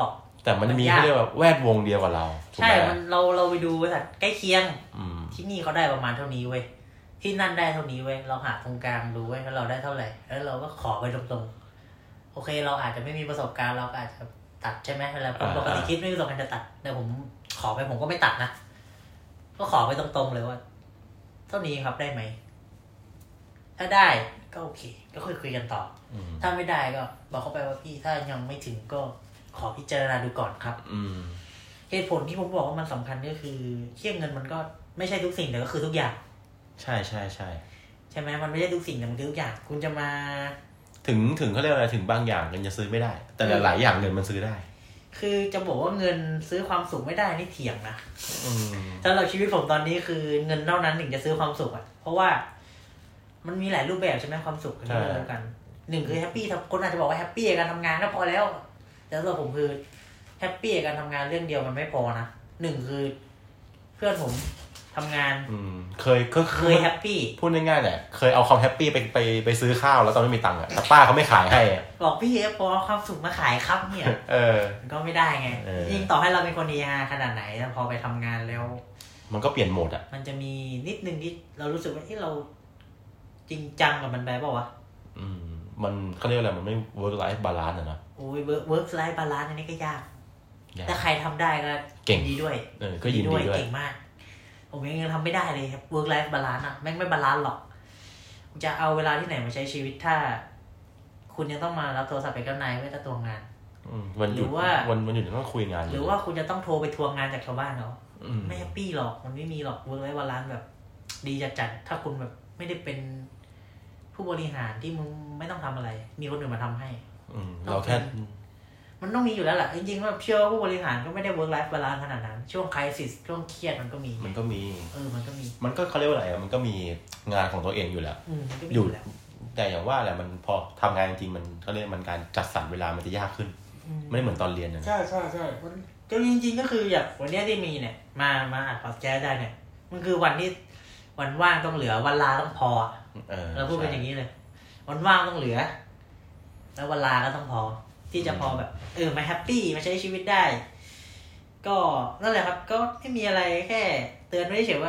A: แต่มันจะมีเขาเรียกว่าแวดวงเดียวกับเรา
C: ใช่มันเราไปดูบริษัทใกล้เคียงที่นี่เขาได้ประมาณเท่านี้เว้ยที่นั่นได้เท่านี้เว้ยเราหาตรงกลางดูเว้ยแล้วเราได้เท่าไหร่แล้วเราก็ขอไปตรงๆโอเคเราอาจจะไม่มีประสบการณ์เราก็อาจจะตัดใช่ไหมเวลาผมปกติคิดไม่มีประสบการณ์จะตัดแต่ผมขอไปผมก็ไม่ตัดนะก็ขอไปตรงๆเลยว่าเท่านี้ครับได้ไหมถ้าได้ก็โอเคก็คุยกันต่อถ้าไม่ได้ก็บอกเขาไปว่าพี่ถ้ายังไม่ถึงก็ขอพิจารณาดูก่อนครับเหตุผลที่ผมบอกว่ามันสำคัญก็คือเรื่องเงินมันก็ไม่ใช่ทุกสิ่งแต่ก็คือทุกอย่าง
A: ใช่ใช่ใช่
C: ใช่ไหมมันไม่ใช่ทุกสิ่งแต่มันคือทุกอย่างคุณจะมา
A: ถึงเขาเรียกอะไรถึงบางอย่างเงินจะซื้อไม่ได้แต่หลายอย่างเงินมันซื้อได้
C: คือจะบอกว่าเงินซื้อความสุขไม่ได้นี่เถียงนะสำหรับชีวิตผมตอนนี้คือเงินเท่านั้นถึงจะซื้อความสุขอ่ะเพราะว่ามันมีหลายรูปแบบใช่ไหมความสุขกันเรื่องกันหนึ่งคือแฮปปี้คนอาจจะบอกว่าแฮปปี้กับการทำงานก็พอแล้วแต่สำหรับผมคือแฮปปี้กับการทำงานเรื่องเดียวมันไม่พอนะหนึ่งคือเพื่อนผมทำงาน
A: เคย
C: แฮปปี้
A: พูดง่ายๆแหละเคยเอาความแฮปปี้ไปซื้อข้าวแล้วตอนไม่มีตังค์อ่ะแต่ป้าเขาไม่ขายให้
C: บอกพี่พอเอาความสุขมาขายครับเนี่ยมันก็ไม่ได้ไงยิ่งต่อให้เราเป็นคนดีฮาขนาดไหนแล้วพอไปทำงานแล้ว
A: มันก็เปลี่ยนโหมดอ่ะ
C: มันจะมีนิดนึงที่เรารู้สึกว่าที่เราจริงจังกับมันไปเปล่าวะ
A: มันเขาเรียกอะไรมันไม่ work life balance อ่ะนะ
C: โอ้ย work life balance อันนี้ก็ยากแต่ใครทำได้ก็
A: เก่ง
C: ดีด้วย
A: ก็ยินดีด้วย
C: เก่งมากผมยังทำไม่ได้เลยครับ work life balance อ่ะแม่งไม่บาลานซ์หรอกจะเอาเวลาที่ไหนมาใช้ชีวิตถ้าคุณยังต้องมารับโทรศัพท์ไปกับนายเพื่อจะทวงงาน
A: หรือว่าวันหยุดต้องคุยงาน
C: หรือว่าคุณจะต้องโทรไปทวงงานจากชาวบ้านเขาไม่แฮปปี้หรอกมันไม่มีหรอก work life balance แบบดีจัดถ้าคุณแบบไม่ได้เป็นผู้บริหารที่มึงไม่ต้องทำอะไรมีคนอื่นมาทำให้
A: เราแค่
C: มันต้องมีอยู่แล้วแหละจริงๆว่าเชื่อว่าผู้บริหารก็ไม่ได้ work life balance ขนาดนั้นช่วง crisis ช่วงเครียดมันก็มี
A: มันก็
C: มัน
A: ก็เขาเรียกว่าอะไรมันก็มีงานของตัวเองอยู่แล้วอยู่แต่อย่างว่าแหละมันพอทำงานจริงๆมันเขาเรียกมันการจัดสรรเวลามันจะยากขึ้นไม่ได้เหมือนตอนเรียนนะ
C: ใช่ใช่ใช่ก็จริงๆก็คืออย่างวันนี้ที่มีเนี่ยมาอัดพอดแคสต์ได้เนี่ยมันคือวันที่วันว่างต้องเหลือวันลาต้องพอเราพูดเป็นอย่างนี้เลยวันว่างต้องเหลือแล้ววันลาก็ต้องพอที่จะพอแบบมาแฮปปี้มาใช้ชีวิตได้ก็นั่นแหละครับก็ไม่มีอะไรแค่เตือนไว้เฉยว่า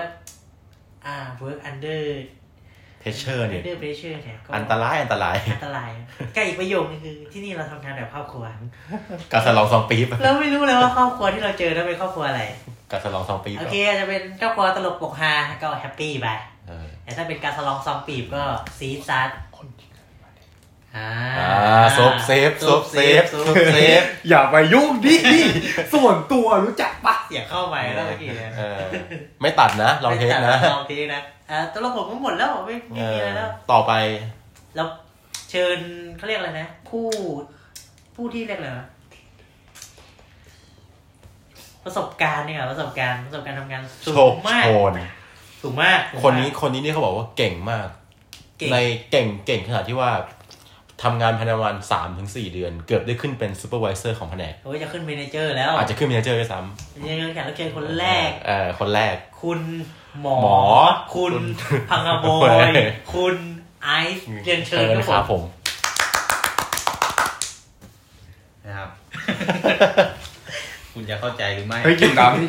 C: work under
A: pressure เนี่ย
C: under pressure เนี่ย
A: อันตราย
C: ก็อีกประโยคนึงคือที่นี่เราทำงานแบบครอบครัว
A: กาสลอง2 ปี
C: เราไม่รู้เลยว่าครอบครัวที่เราเจอนั้นเป็นครอบครัวอะไร
A: กาสลอง2 ปี
C: โอเคจะเป็นครอบครัวตลกปกฮาก็แฮปปี้ไปแต่ถ้าเป็นการสลอง2 ปีก็ซีดซัด
A: ซบเซฟ
D: อย่าไปยุ่งดิส่วนตัวรู้จักปะ
C: เสียเข้าไปแล้วเมื่อกี้
A: ไม่ตัดนะลองเทสนะ
C: ตัวละผมก็หมดแล้วไม่มีอะไรแล้ว
A: ต่อไป
C: แล้วเชิญเขาเรียกอะไรนะผู้ที่เรียกอะไรนะประสบการณ์เนี่ยประสบการณ์ทำงานสูงมาก
A: คนนี้นี่เขาบอกว่าเก่งมากในเก่งขนาดที่ว่าทำงานภายในวัน 3-4 เดือนเกือบได้ขึ้นเป็นซูเปอร์ไวเซอร์ของแผนก
C: โอ้ยจะขึ้นเมเนเจอร์แล้ว
A: อาจจะขึ้นเมเนเจอร์ด้วยซ้
C: ำยังแขกรับเชิญคนแรกคุณหมอคุณพังอาโบยคุณไอซ์เรียนเชิญ
A: ครับผม
B: นะครับคุณจะเข้าใจหรือไม่
D: หยิบน้ำ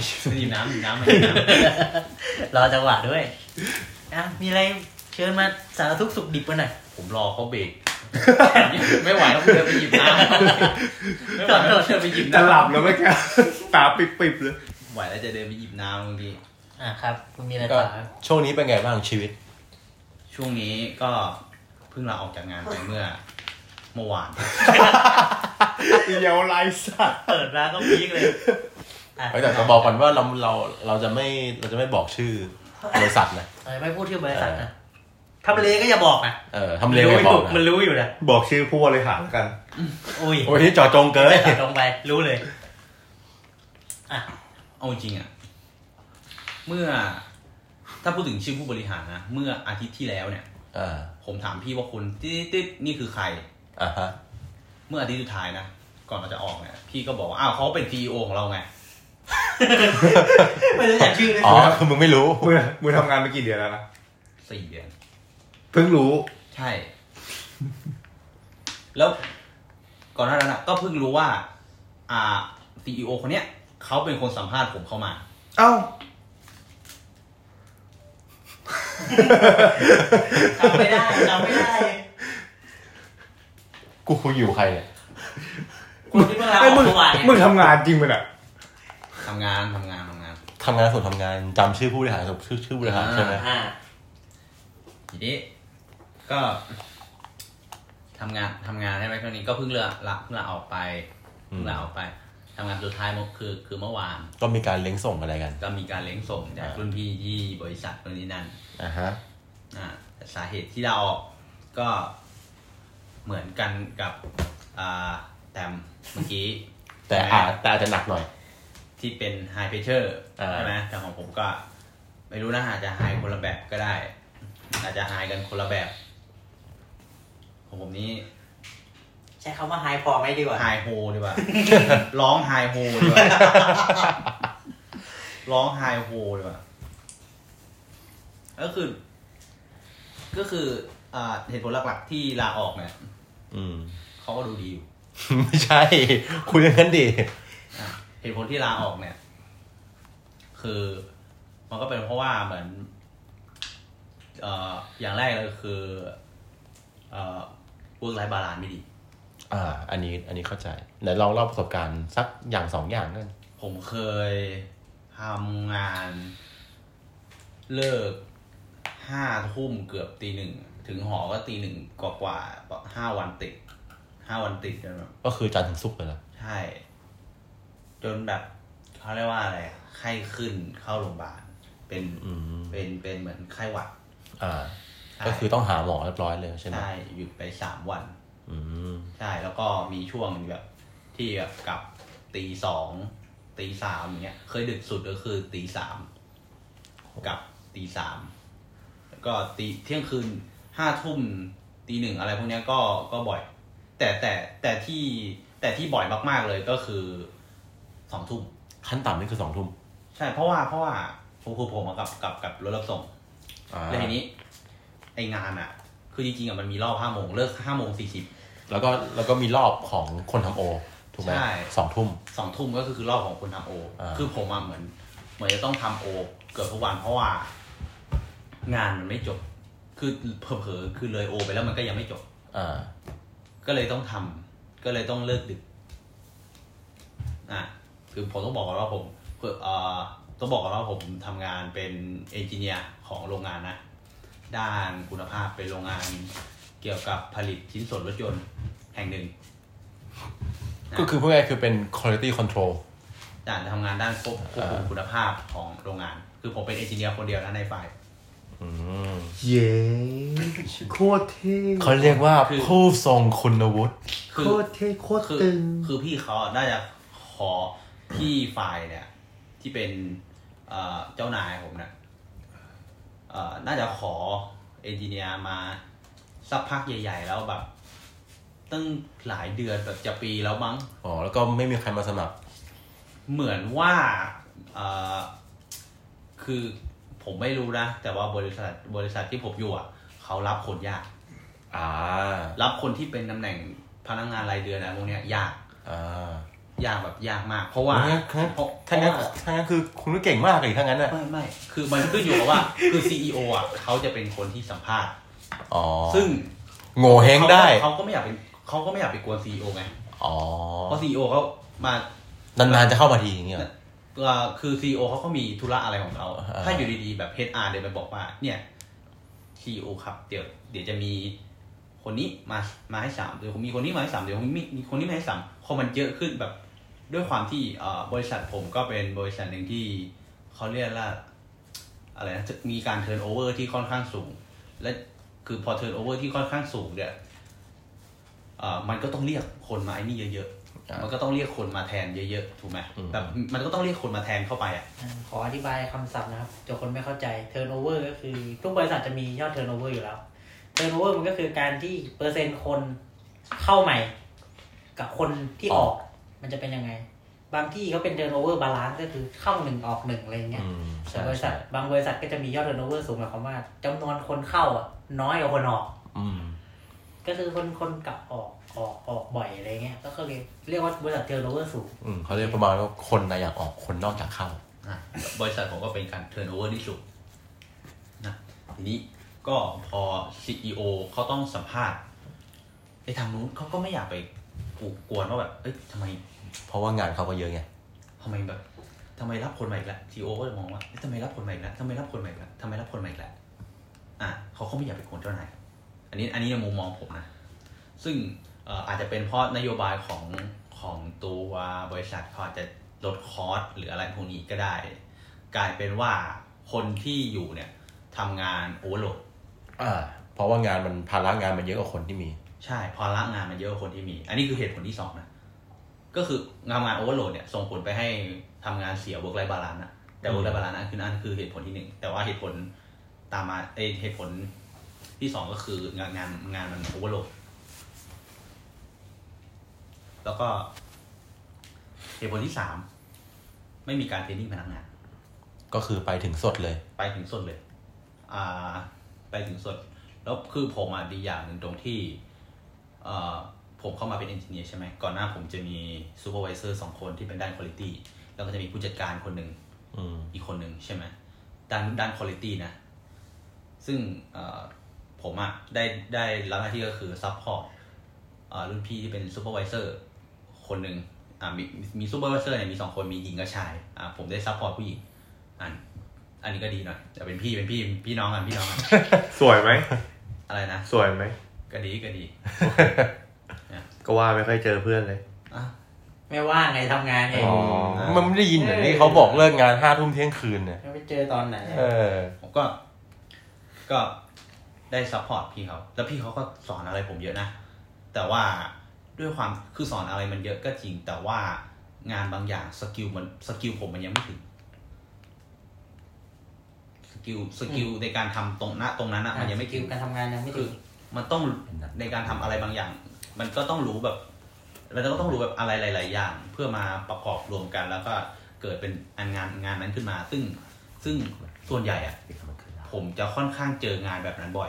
C: รอจังหวะด้วยมีอะไรเชิญมาสารทุกข์สุขดิบกันหน่อย
B: ผมรอเขาเบรกไม่ไหวต้องเดินไปหยิบน้ำไม่ไหวต้องเดินไปหยิบน้ำ
D: จะหลับแล้วไหมแกตาปิบๆเลย
B: ไหวแล้วจะเดินไปหยิบน้ำบางที
C: ครับคุณมีอะไรต่อ
A: ช่วงนี้เป็นไงบ้างชีวิต
B: ช่วงนี้ก็เพิ่งลาออกจากงานไปเมื่อวาน
D: เดียวไลฟ์สัตว์
C: เปิดร้านต้องพีคเลย
A: แต่จะบอกก่อนว่าเราจะไม่บอกชื่อบริษัทนะ
C: ไม่พูดชื่อบริษัทนะทำเลก็อย่าบอกนะ
A: ทำเลไม่บอก
C: มันรู้อยู่นะ
D: บอกชื่อผู้บริหารกัน
A: โอ้ยนี่จ่อจงเกิน
C: จ่อจงไปรู้เลย
B: เอาจริงเมื่อถ้าพูดถึงชื่อผู้บริหารนะเมื่ออาทิตย์ที่แล้วเนี่ยผมถามพี่ว่าคนติ๊ดนี่คือใครเมื่ออาทิตย์สุดท้ายนะก่อนเราจะออกเนี่ยพี่ก็บอกว่าเขาเป็น CEO ของเราไง
C: ไม่รู้จักชื่อเลย
A: คือมึงไม่รู้
D: มึงทำงานมากี่เดือนแล้วนะ
B: 4 เดือน
D: เพิ่งรู้
B: ใช่แล้วก่อนหน้านั้นก็เพิ่งรู้ว่า CEO คนเนี้ยเขาเป็นคนสัมภาษณ์ผมเข้ามา
D: เอ้า
C: จำไม่ได้
A: กูคุยอยู่ใครเนี่ย
C: คนที่เมื่อเรา
D: มึงทำงานจริงมั้ยน่ะ
B: ทำงาน
A: ส่วนทำงานจำชื่อผู้บริหารชื่อผู้บริหารใช่ไหม
B: ทีนี้ก็ทำงานใช่ไหมครั้งนี้ก็เพิ่งลาออกไปทำงานสุดท้ายคือเมื่อวาน
A: ก็มีการเล้งส่งอะไรกัน
B: ก็มีการเล้งส่งจากรุ่นพี่ที่บริษัทนี้นั่นสาเหตุที่ลาออกก็เหมือนกันกับแต่เมื่อกี้
A: แต่อาจจะหนักหน่อย
B: ที่เป็น high pressure ใช่ไหมแต่ของผมก็ไม่รู้นะอาจจะ high คนละแบบก็ได้อาจจะ high กันคนละแบบของผมนี้
C: ใช้คำว่า high พอไหมดีกว่า
B: high ho ดีกว่าร้อง high ho ดีกว่าร้อง high ho ดีกว่าก็คือเหตุผลหลักๆที่ลาออกเนี่ยเขาก็ดูดีอยู่
A: ไม่ใช่คุยกันดิ
B: เหตุผลที่ลาออกเนี่ยคือมันก็เป็นเพราะว่าเหมือนอย่างแรกเลยคือwork life balance ไม่ดี
A: อันนี้เข้าใจไหนลองเล่าประสบการณ์สักอย่าง2อย่างนั่น
B: ผมเคยทำงานเลิก 5 ทุ่มเกือบตี 1ถึงหอก็ตี 1กว่า5 วันติด
A: ก็คือจันทร์ถึงศุกร์เลยนะ
B: ใช่จนแบบเขาเรียกว่าอะไรไข้ขึ้นเข้าโรงพยาบาลเป็นเหมือนไข้หวัด
A: ก็คือต้องหาหมอเรียบร้อยเลยใช่ไหม
B: ใช่หยุดไป3 วันใช่แล้วก็มีช่วงแบบที่แบบกลับตี 2ตี 3อย่างเงี้ยเคยดึกสุดก็คือตี 3กับตี 3แล้วก็ตีเที่ยงคืน5 ทุ่มตี 1อะไรพวกเนี้ยก็บ่อยแต่ที่บ่อยมากๆเลยก็คือ2 ทุ่ม
A: ขั้นต่ำนี่คือ2 ทุ่ม
B: ใช่เพราะว่าผมมากับรถรับส่งแล้วทีนี้ไองานอ่ะคือจริงๆมันมีรอบ5 โมงเลิก5:40
A: แล้วก็มีรอบของคนทำโอถูกไหม2 ทุ่ม
B: 2 ทุ่มก็คือรอบของคนทำโอคือผมเหมือนจะต้องทำโอเกือบทุกวันเพราะว่างานมันไม่จบคือเผลอๆคือเลยโอไปแล้วมันก็ยังไม่จบก็เลยต้องเลิกดึกคือผมต้องบอกก่อนว่าผมต้องบอกก่อนว่าผมทำงานเป็นเอนจิเนียร์ของโรงงานนะด้านคุณภาพเป็นโรงงานเกี่ยวกับผลิตชิ้นส่วนรถยนต์แห่งหนึ่ง
A: ก็คือพูดง่ายๆคือเป็น quality control
B: ทำงานด้านควบคุมคุณภาพของโรงงานคือผมเป็นเอนจิเนียร์คนเดียวนะในฝ่าย
D: เย้โคตรเท่
A: เขาเรียกว่าผู้ทรงคุณวุฒิ
D: โคตรเท่โคตรตึง
B: คือพี่เขาน่าจะขอที่ฝ่ายเนี่ยที่เป็นเจ้านายผมเนี่ยน่าจะขอเอนจิเนียร์มาสักพักใหญ่ๆแล้วแบบตั้งหลายเดือนแบบจะปีแล้วมั้ง
A: แล้วก็ไม่มีใครมาสมัคร
B: เหมือนว่าคือผมไม่รู้นะแต่ว่าบริษัทที่ผมอยู่เขารับคนยากรับคนที่เป็นตำแหน่งพนักงานรายเดือนนะพวกเนี้ยยากแบบยากมากเพราะว่า
A: ถ้างั้นคือคุณก็เก่งมากเลยถ้างั้น
B: ไม่คือมันขึ้นอยู่กับว่าคือ CEO เขาจะเป็นคนที่สัมภาษณ์ซึ่ง
A: โง่เฮงได้
B: เขาก็ไม่อยากไปกวน CEO ไงเพราะ CEO เขาม
A: านานๆจะเข้ามาทีอย่างเงี้ย
B: คือ CEO เขาก็มีธุระอะไรของเขาถ้าอยู่ดีๆแบบ HR เดินไปบอกว่าเนี่ย CEO ครับเดี๋ยวจะมีคนนี้มาให้3เดี๋ยวผมมีคนนี้มาให้3เดี๋ยวผมมีคนนี้มาให้3พอมันเยอะขึ้นแบบด้วยความที่บริษัทผมก็เป็นบริษัทหนึ่งที่เขาเรียกว่าอะไรนะจะมีการเทิร์นโอเวอร์ที่ค่อนข้างสูงและคือพอเทิร์นโอเวอร์ที่ค่อนข้างสูงเนี่ยมันก็ต้องเรียกคนมาไอ้นี่เยอะๆมันก็ต้องเรียกคนมาแทนเยอะๆถูกไหมแต่มันก็ต้องเรียกคนมาแทนเข้าไป
C: ขออธิบายคำศัพท์นะครับเดี๋ยวคนไม่เข้าใจเทิร์นโอเวอร์ก็คือทุกบริษัทจะมียอดเทิร์นโอเวอร์อยู่แล้วเทิร์นโอเวอร์มันก็คือการที่เปอร์เซ็นต์คนเข้าใหม่กับคนที่ออกมันจะเป็นยังไงบางที่เขาเป็น turnover balance ก็คือเข้า1ออก1อะไรเงี้ยแต่บริษัทบางบริษัทก็จะมียอด turnover สูงหมายความว่าจำนวนคนเข้าน้อยกว่าคนออกก็คือคนกลับออกบ่อยอะไรเงี้ยก็เลยเรียกว่าบริษัทเทอร์โนเวอร์สูง
A: เขาเรียกประมาณว่าคนอยากออกคนนอกจากเข้า
B: บริษัทผมก็เป็นการเทิร์นโอเวอร์ที่สูงนะทีนี้ก็พอ CEO เขาต้องสัมภาษณ์ไอ้ทางนู้นเขาก็ไม่อยากไปกวนว่าแบบทำไม
A: เพราะว่างานเขาก็เยอะไง
B: ทำไมรับคนใหม่อีกแล้ว CEO ก็จะมองว่าทำไมรับคนใหม่อีกแล้วทำไมรับคนใหม่อีกแล้วทำไมรับคนใหม่อีกแล้วเขาไม่อยากเป็นคนเจ้านายอันนี้ในมุมมองผมนะซึ่งอาจจะเป็นเพราะนโยบายของตัวบริษัทเขาอาจจะลดคอสหรืออะไรพวกนี้ก็ได้กลายเป็นว่าคนที่อยู่เนี่ยทำงานโอเวอร์โหลด
A: เพราะว่างานมันภาระงานมันเยอะกว่าคนที่มี
B: ใช่ภาระงานมันเยอะกว่าคนที่มีอันนี้คือเหตุผลที่2นะก็คืองานโอเวอร์โหลดเนี่ยส่งผลไปให้ทำงานเสีย work life balance นะแต่ work life balance นั่นคือเหตุผลที่1แต่ว่าเหตุผลตามมาเหตุผลที่2ก็คืองานมันโอเวอร์โหลดแล้วก็เหตุผลที่3ไม่มีการเทรนนิ่งพนักงาน
A: ก็คือไปถึงสดเลย
B: ไปถึงสดแล้วคือผมดีอย่างหนึ่งตรงที่ผมเข้ามาเป็นเอนจิเนียร์ใช่ไหมก่อนหน้าผมจะมีซูเปอร์ไวเซอร์2คนที่เป็นด้านควอลิตี้แล้วก็จะมีผู้จัดการคนหนึ่งอีกคนหนึ่งใช่ไหมด้านควอลิตี้นะซึ่งผมได้รับหน้าที่ก็คือซัพพอร์ตรุ่นพี่ที่เป็นซูเปอร์ไวเซอร์คนหนึ่งมีซูเปอร์ไวเซอร์เนี่ยมี2คนมีหญิงกับชายผมได้ซัพพอร์ตผู้หญิงอันนี้ก็ดีหน่อยแต่เป็นพี่น้องกัน
D: สวยไหม
B: อะไรนะ
D: สวยไหม
B: ก็ดี
D: ก็ว่าไม่ค่อยเจอเพื่อนเลย
C: ไม่ว่างไงทำงานเอง
A: มันไม่ได้ยินอย่างนี้เขาบอกเลิกงาน 5 ทุ่มเที่ยงคืนเนี่ย
C: ไปเจอตอนไหน
B: ผมก็ได้ซัพพอร์ตพี่เขาแล้วพี่เขาก็สอนอะไรผมเยอะนะแต่ว่าด้วยความคือสอนอะไรมันเยอะก็จริงแต่ว่างานบางอย่างสกิลผมมันยังไม่ถึงสกิลในการทำตรงนั้นมันยังไม่ถึง
C: การทำงานยังไม่ถึง
B: มันต้องในการทำอะไรบางอย่างมันก็ต้องรู้แบบเราก็ต้องรู้แบบอะไรหลายๆอย่างเพื่อมาประกอบรวมกันแล้วก็เกิดเป็นงานนั้นขึ้นมาซึ่งส่วนใหญ่ผมจะค่อนข้างเจองานแบบนั้นบ่อย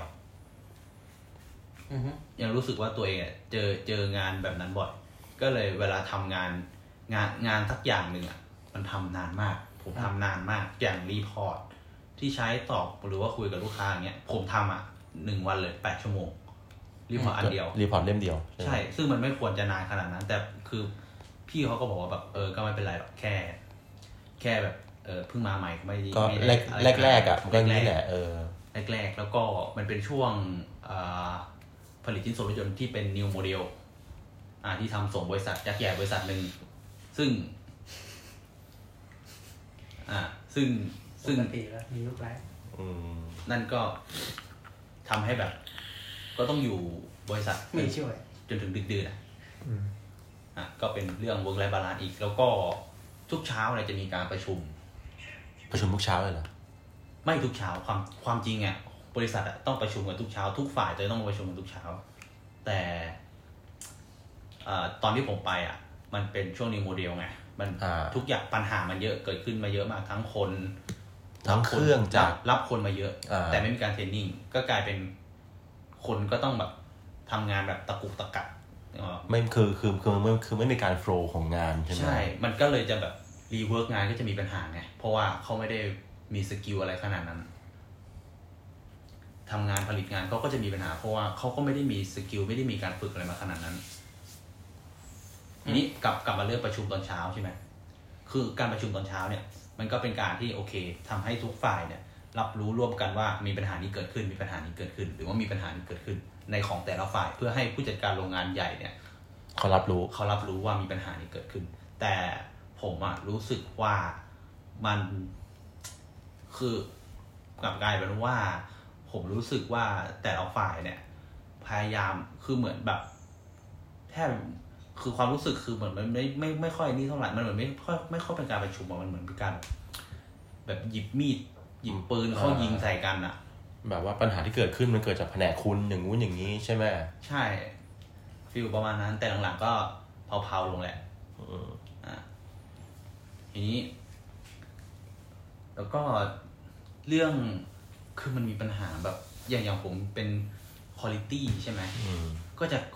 B: ยังรู้สึกว่าตัวเองเจองานแบบนั้นบ่อยก็เลยเวลาทำงานสักอย่างหนึ่งมันทำนานมากผมทำนานมากอย่างรีพอร์ตที่ใช้ตอบหรือว่าคุยกับลูกค้าอย่างเงี้ยผมทำ1 วันเลย8 ชั่วโมงรีพอร์ตอันเดียว
A: รีพอร์ตเล่มเดียว
B: ใช่ซึ่งมันไม่ควรจะนานขนาดนั้นแต่คือพี่เขาก็บอกว่าแบบก็ไม่เป็นไรหรอกแค่แบบเพิ่งมาใหม่ไม่
A: ก็แรกมันก็นี้แหละ
B: แรกแล้วก็มันเป็นช่วงผลิตชิ้นส่วนรถยนต์ที่เป็น new model ที่ทำส่งบริษัทยักษ์ใหญ่บริษัทหนึ่งซึ่ง
C: ปกติแล้วมีลูกไร้
B: นั่นก็ทำให้แบบก็ต้องอยู่บริษัท
C: ไม่ช่วย
B: จนถึงดึกดื่นก็เป็นเรื่อง work life balance อีกแล้วก็ทุกเช้าเนี่ยจะมีการประชุม
A: ทุกเช้าเลยเหรอ
B: ไม่ทุกเช้าความจริงบริษัทต้องประชุมกันทุกเช้าทุกฝ่ายจะต้องประชุมกันทุกเช้าแต่ตอนที่ผมไปมันเป็นช่วงนี้โมเดลไงมันทุกอย่างปัญหามันเยอะเกิดขึ้นมาเยอะมากทั้งคน
A: ทั้งเครื่องจาก
B: รับคนมาเยอะแต่ไม่มีการเทรนนิ่งก็กลายเป็นคนก็ต้องแบบทำงานแบบตะกุกตะกัก
A: ไม่คือไม่มีการโฟลว์ของงานใช่ไหม
B: ใช่มันก็เลยจะแบบรีเวิร์กงานก็จะมีปัญหาไงเพราะว่าเขาไม่ได้มีสกิลอะไรขนาดนั้นทำงานผลิตงานเขาก็จะมีปัญหาเพราะว่าเขาก็ไม่ได้มีสกิลไม่ได้มีการฝึกอะไรมาขนาดนั้นทีนี้กลับมาเรื่องประชุมตอนเช้าใช่ไหมคือการประชุมตอนเช้าเนี่ยมันก็เป็นการที่โอเคทำให้ทุกฝ่ายเนี่ยรับรู้ร่วมกันว่ามีปัญหานี้เกิดขึ้นมีปัญหานี้เกิดขึ้นหรือว่ามีปัญหานี้เกิดขึ้นในของแต่ละฝ่ายเพื่อให้ผู้จัดการโรงงานใหญ่เนี่ย
A: เขารับรู้
B: ว่ามีปัญหานี้เกิดขึ้นแต่ผมรู้สึกว่ามันคือกลับกลายเป็นว่าผมรู้สึกว่าแต่ละฝ่ายเนี่ยพยายามคือเหมือนแบบแทบคือความรู้สึกคือเหมือนมันไม่ค่อยนี่เท่าไหร่มันเหมือนไม่ค่อยเป็นการประชุมมันเหมือนเป็นการแบบหยิบมีดหยิบปืนเข้ายิงใส่กัน
A: แบบว่าปัญหาที่เกิดขึ้นมันเกิดจากแผนกคุณอย่างงู้นอย่างนี้ใช่ไหม
B: ใช่ฟีลประมาณนั้นแต่หลังๆก็เผาๆลงแหละทีนี้แล้วก็เรื่องคือมันมีปัญหาแบบอย่างผมเป็น quality ใช่ไหมก็จะ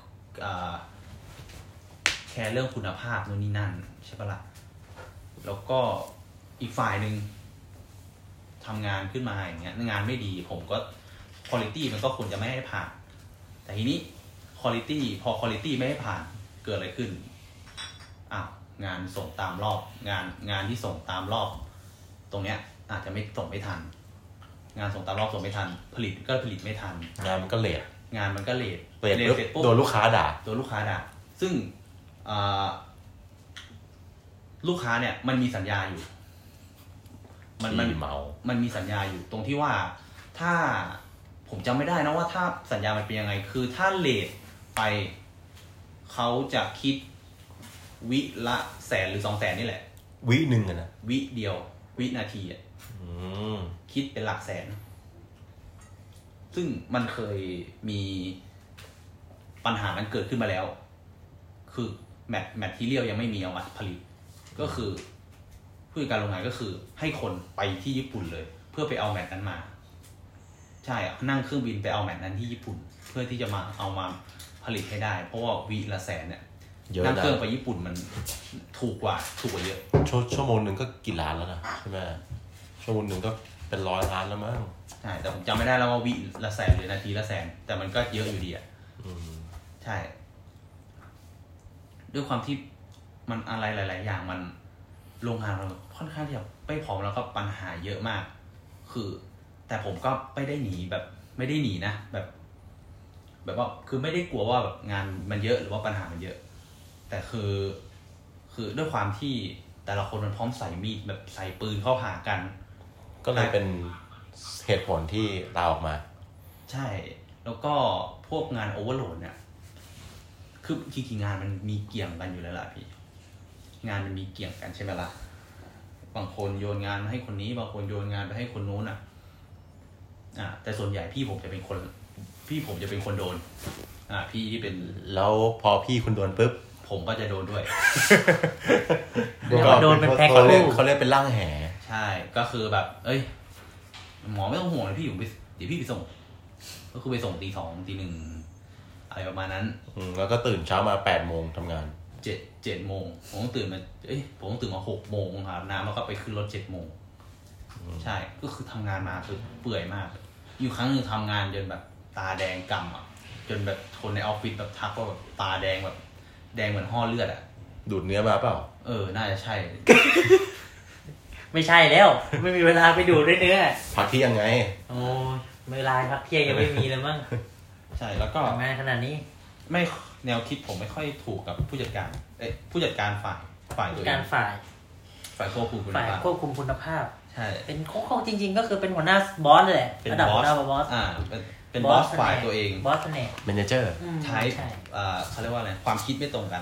B: แคร์เรื่องคุณภาพนู่นนี่นั่นใช่ปะล่ะแล้วก็อีกฝ่ายหนึ่งทำงานขึ้นมาอย่างเงี้ยงานไม่ดีผมก็ quality มันก็ควรจะไม่ให้ผ่านแต่ทีนี้ quality พอ quality ไม่ให้ผ่านเกิดอะไรขึ้นงานส่งตามรอบงานที่ส่งตามรอบตรงเนี้ยอาจจะไม่ส่งไม่ทันงานส่งตามรอบส่งไม่ทันผลิตไม่ทัน
A: งานมันก็เลท
B: เสร็จปุ๊บ
A: โดนลูกค้าด่า
B: ซึ่งลูกค้าเนี่ยมันมีสัญญาอยู่มันมีสัญญาอยู่ตรงที่ว่าถ้าผมจำไม่ได้นะว่าถ้าสัญญามันเป็นยังไงคือถ้าเลทไปเขาจะคิดวิละ100,000 หรือ 200,000นี่แหละ
A: วินึงอ่ะนะ
B: วิเดียววินาทีอ่ะคิดเป็นหลักแสนซึ่งมันเคยมีปัญหานั้นเกิดขึ้นมาแล้วคือแมททีเรียลยังไม่มีเอามาผลิตก็คือผู้จัดการโรงงานก็คือให้คนไปที่ญี่ปุ่นเลยเพื่อไปเอาแมทนั้นมาใช่นั่งเครื่องบินไปเอาแมทนั้นที่ญี่ปุ่นเพื่อที่จะมาเอามาผลิตให้ได้เพราะว่าวิละ100,000เนี่ยนั่งเครื่องไปญี่ปุ่นมันถูกกว่าเยอะ
A: ชั่วโมงนึงก็กี่ล้านแล้วนะใช่ไหมชั่วโมงนึงก็เป็น100 ล้านแล้วมั้ง
B: ใช่แต่ผมจำไม่ได้แล้วว่าวิละ100,000หรือนาทีละ100,000แต่มันก็เยอะอยู่ดีอ่ะใช่ด้วยความที่มันอะไรหลายๆอย่างมันโรงงานเราค่อนข้างที่จะไม่พร้อมแล้วก็ปัญหาเยอะมากคือแต่ผมก็ไม่ได้หนีแบบไม่ได้หนีนะแบบว่าคือไม่ได้กลัวว่าแบบงานมันเยอะหรือว่าปัญหามันเยอะแต่คือด้วยความที่แต่ละคนมันพร้อมใส่มีดแบบใส่ปืนเข้าหากัน
A: ก็เลยเป็นเหตุผลที่ลาออกมา
B: ใช่แล้วก็พวกงานโอเวอร์โหลดเนี่ยคือจริงๆงานมันมีเกี่ยงกันอยู่แล้วล่ะพี่งานมันมีเกี่ยงกันใช่ไหมล่ะบางคนโยนงานมาให้คนนี้บางคนโยนงานไปให้คนนู้นแต่ส่วนใหญ่พี่ผมจะเป็นคนโดนพี่ที่เป็น
A: แล้วพอพี่คุณโดนปุ๊บ
B: ผมก็จะโดนด้วย
C: โดนเป็นแพ็ค
A: เขาเรียกเป็นร่างแห่
B: ใช่ก็คือแบบเอ้ยหมอไม่ต้องห่วงเลยพี่ผมเดี๋ยวพี่ไปส่งก็คือไปส่ง 2:00 น 1:00 อะไรประมาณนั้น
A: แล้วก็ตื่นเช้ามา 8:00 นทำงาน
B: 7 โมงผมต้องตื่นมามา 6 โมงอาบน้ำแล้วก็ไปขึ้นรถ 7 โมงใช่ก็คือทำงานมาคือเปื่อยมากอยู่ครั้งนึงทำงานจนแบบตาแดงกำอ่ะจนแบบคนในออฟฟิศแบบทักว่าแบบตาแดงแบบแดงเหมือนห่อเลือดอ่ะ
A: ดูดเนื้อมาเปล่า
B: น่าจะใช่
C: ไม่ใช่แล้วไม่มีเวลาไปดูดด้วยเนื้อ
A: พักเที่ยงไง
C: โอ้เวลาพักเที่ยงยังไม่มีเลยมั้ง
B: ใช่แล้วก็
C: ทำงานขนาดนี้
B: ไม่แนวคิดผมไม่ค่อยถูกกับผู้จัดการฝ่ายตัวเองฝ่ายควบคุมคุณภาพใช่
C: เป็นโค้ชจริงๆก็คือเป็นหัวหน้าบอสเลยระดับหัวหน้าบอส
B: เป็นบอสฝ่ายตัวเอง
C: บอสเนี่ย
A: แมเนเจอร์
B: ใช้เขาเรียกว่าอะไรความคิดไม่ตรงกัน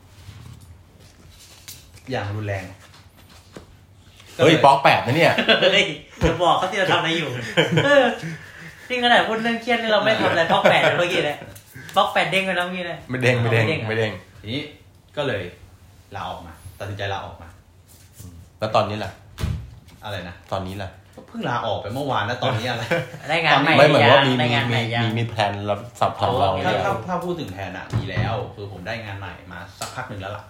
B: อย่างรุนแรง
A: เฮ้ยบล็อก8นะเนี่ย
C: เฮ้ยจะบอกเขาที่เราทำอะไรอยู่จริงขนาดพูดเรื่องเครียดนี่เราไม่ทำอะไรบล็อก8เลยเมื่อกี้เลยบล็อก8เด้งไปแล้วเมื่อกี้เลย
A: ไม่เด้ง
B: ทีนี้ก็เลยลาออกมาตัดสินใจลาออกมา
A: แล้วตอนนี้ล่ะ
B: อะไรนะ
A: ตอนนี้ล่ะ
B: เพิ่งลาออกไปเมื่อวานแล้วตอนนี้อะไร
C: ได้งานใหม่
A: ไม่เหมือนว่ามีแผนรับสับเรา
B: ถ้าพูดถึงแผนมีแล้วคือผมได้งานใหม่มาสักพักนึงแล้วล่ะ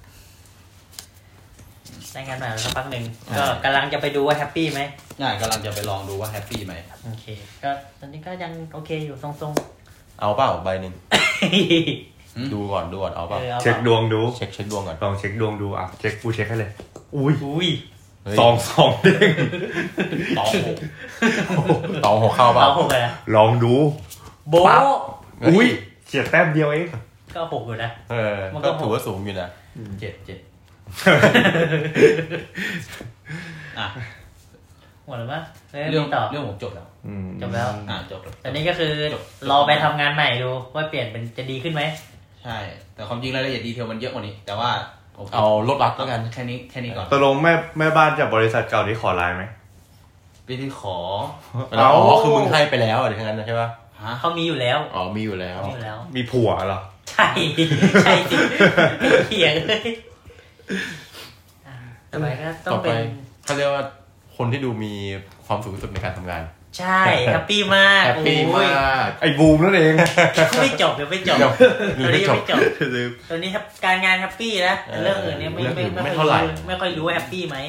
C: ได้งานใหม่สักพักนึงก็กำลังจะไปดูว่าแฮปปี้ไหม
B: กำลังจะไปลองดูว่าแฮปปี้ไหม
C: โอเคก็ตอนนี้ก็ยังโอเคอยู่ทรง
A: ๆเอาเปล่าใบนึงดูก่อนเอาเปล่า
D: เช็คดวงดู
A: เช็คดวงก่อน
D: ลองเช็คดวงดูเช็คกูเช็คให้เลยอุ้ย2เด้ง
A: ตอง6เข้าเปล่า
D: ลองดู
C: โบ๊ะ
D: อุ้ยเฉียดแต้มเดียวเอง
C: ก็6อยู่นะ
A: มันก็ถือว่าสูงอยู่นะ
B: 7
C: หมดแล้วมั้ย
B: เรื่องผมจบแล้ว
C: จบตอนนี้ก็คือรอไปทำงานใหม่ดูว่าเปลี่ยนเป็นจะดีขึ้นไหม
B: ใช่แต่ความจริงรายละเอียดดีเทลมันเยอะกว่านี้แต่ว่า
A: เอาลดลักแล้วกัน
B: แค่นี้ก่อน
D: ตกลงแม่บ้านจากบริษัทเก่าที่ขอไลน์ไหม
B: ไม่ได้ขอ
A: คือมึงให้ไปแล้วอะไรทั้งนั้นใช่ป่ะ
C: เขามีอยู่แล้ว
A: มีอยู่แล้ว
D: มีผัวเหรอ
C: ใช่สิเถียงเลยต่อไปก็ต้องเป็น
A: เขาเรียกว่าคนที่ดูมีความสุขที่สุดในการทำงาน
C: ใช่แฮปปี้มาก
A: แฮปปี้มาก
D: ไอ้บูมนั่นเอง
C: ไม่จบเดี๋ยวไม่จบตอนนี้ไม่จบตอนนี้การงานแฮปปี้นะเรื่องอื่นเนี่ยไม่ค่อยรู้แฮปปี้ไหม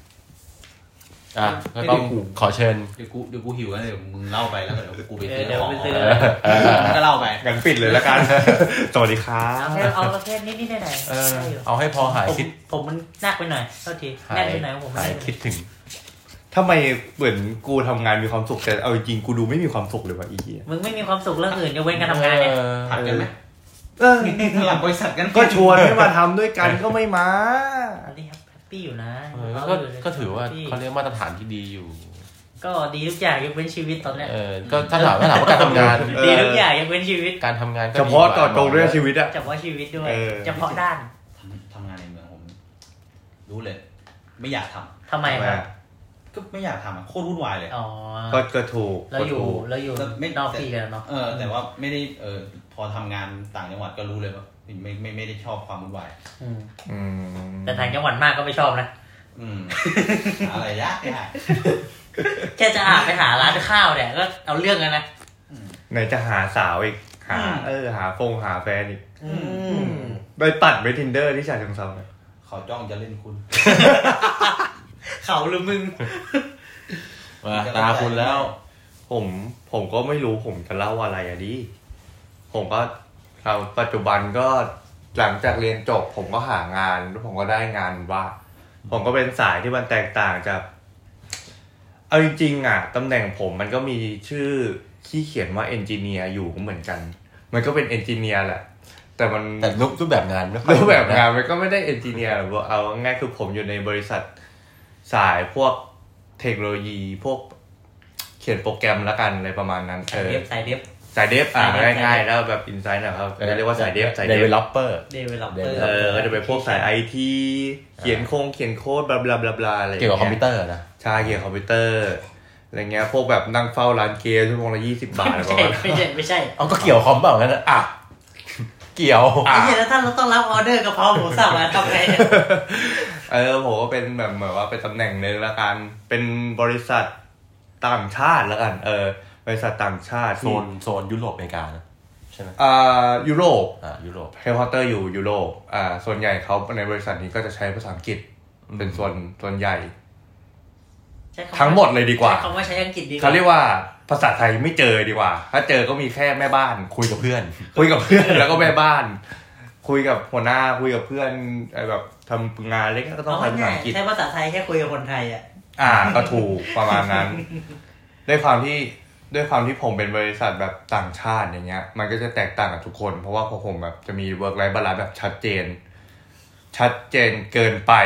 A: ก็ต้องขอเชิญ
B: เดี๋ยวกูหิวแล้วเดี๋ยวมึงเล่าไปแล้วเดี๋ยวกูไปซื้อของมึงก็เล่าไป
D: งั้นปิดเลยแล้วกันสวัสดีครับ
C: เอาประเภทนิดๆหน่อย
A: ๆเอาให้พอหายคิด
C: ผมมันหนักไปหน่อยเท่าทีแน่นไปหน่อยผม
A: หายคิดถึง
D: ทำไมเหมือนกูทำงานมีความสุขแต่เอาจริงกูดูไม่มีความสุขเลยว่ะอีเหี้ย
C: มึงไม่มีความสุขเรื่องอื่นยกเว้นการทำงานเนี่ย
B: ผัดกันไหมหลังบริษัทกัน
D: ก็ชวนให้มาทำด้วยกันก็ไม่มา
C: อันนี้แฮปปี้อยู่นะ
A: ก็ถือว่าเขาเรียกมาตรฐานที่ดีอยู่
C: ก็ดีทุกอย่างยกเว้นชีวิตตอนเนี้ย
A: ก็ถ้าถามว่าการทำงาน
C: ดีทุกอย่างยกเว้นชีวิต
A: การทำงาน
D: เฉพาะต่อตรงเรื่องชีวิตอะ
C: เฉพาะชีวิตด้วยเฉพาะด้าน
B: ทำงานในเมืองผมรู้เลยไม่อยากท
C: ำไมครับ
B: ก็ไม่อยากทำโคตรวุ่นวายเลย
D: ก็ถูก
C: เราอยู่ไม่นอกที่กันเนาะ
B: แต่ว่าไม่ได้พอทำงานต่างจังหวัดก็รู้เลยว่าไม่ได้ชอบความวุ่นวาย
C: แต่ต่างจังหวัดมากก็ไม่ชอบนะ
B: อะไรยาก
C: แค่จะไปหาร้านข้าวเนี่ยก็เอาเรื่องกันนะ
D: ไหนจะหาสาวอีกหาหาแฟนอีกไปตัดไป Tinder ที่ฉะเชิงเทราเนี่ย
B: เขาจ้องจะเล่นคุณ
C: เขาหรือมึง
A: ตาคุณแล้ว
D: ผมก็ไม่รู้ผมจะเล่าอะไรอ่ะดิผมก็ปัจจุบันก็หลังจากเรียนจบผมก็หางานแล้วผมก็ได้งานว่าผมก็เป็นสายที่มันแตกต่างจากเอาจริงๆอ่ะตำแหน่งผมมันก็มีชื่อที่เขียนว่าเอนจิเนียร์อยู่เหมือนกันมันก็เป็นเอนจิเนียร์แหละแต่
A: รูปแบบงาน
D: รูปแบบงานมันก็ไม่ได้เอนจิเนียร์หรอกเอาง่ายคือผมอยู่ในบริษัทสายพวกเทคโนโลยีพวกเขียนโปรแกรมแล้วกันอะไรประมาณนั้น
C: สายเดฟ
D: ง่ายๆแล้วแบบอินไซต์นะครับเรียกว่าสายเดฟ
A: developer
D: ก็จะเป็นพวกสาย IT เขียนโค้ดบลาๆอะไร
A: เกี่ยวกับคอมพิวเตอร์นะ
D: ใช่เกี่ยวกับคอมพิวเตอร์อะไรเงี้ยพวกแบบนั่งเฝ้าร้านเกมชั่วโมงละ20 บาทอะไรประมาณนั้น
C: ไม่ใช่
A: เอาก็เกี่ยวคอมเปล่างั้นอ่ะเกี่ยว
C: แล้วถ้าเราต้องรับออเดอร์กะเพราหมูสับมาทำไง
D: ผมก็เป็นแบบเหมือนว่าเป็นตำแหน่งนึงละกันเป็นบริษัทต่างชาติละกันบริษัทต่างชาติ
A: โซนยุโรปอเมริกาใช่ไหม
D: ยุโรป
A: เ
D: ฮดควอเตอร์อยู่ยุโรปส่วนใหญ่เขาในบริษัทนี้ก็จะใช้ภาษาอังกฤษเป็นส่วนใหญ่ทั้งหมดเลยดีกว่า
C: คำว่าใช้อังกฤษดี
D: เขาเรียกว่าภาษาไทยไม่เจอดีกว่าถ้าเจอก็มีแค่แม่บ้าน
A: คุยกับเพื่อน
D: แล้วก็แม่บ้านคุยกับหัวหน้าคุยกับเพื่อนแบบทำงานเล็กก็ต้องใช้ภาษาอังกฤษ
C: ใช้ภาษาไทยแค่คุยกับคนไทย
D: ก็ถูกประมาณนั้นด้วยความที่ผมเป็นบริษัทแบบต่างชาติอย่างเงี้ยมันก็จะแตกต่างกับทุกคนเพราะว่าพอผมแบบจะมี work life balance แบบชัดเจนเกินไป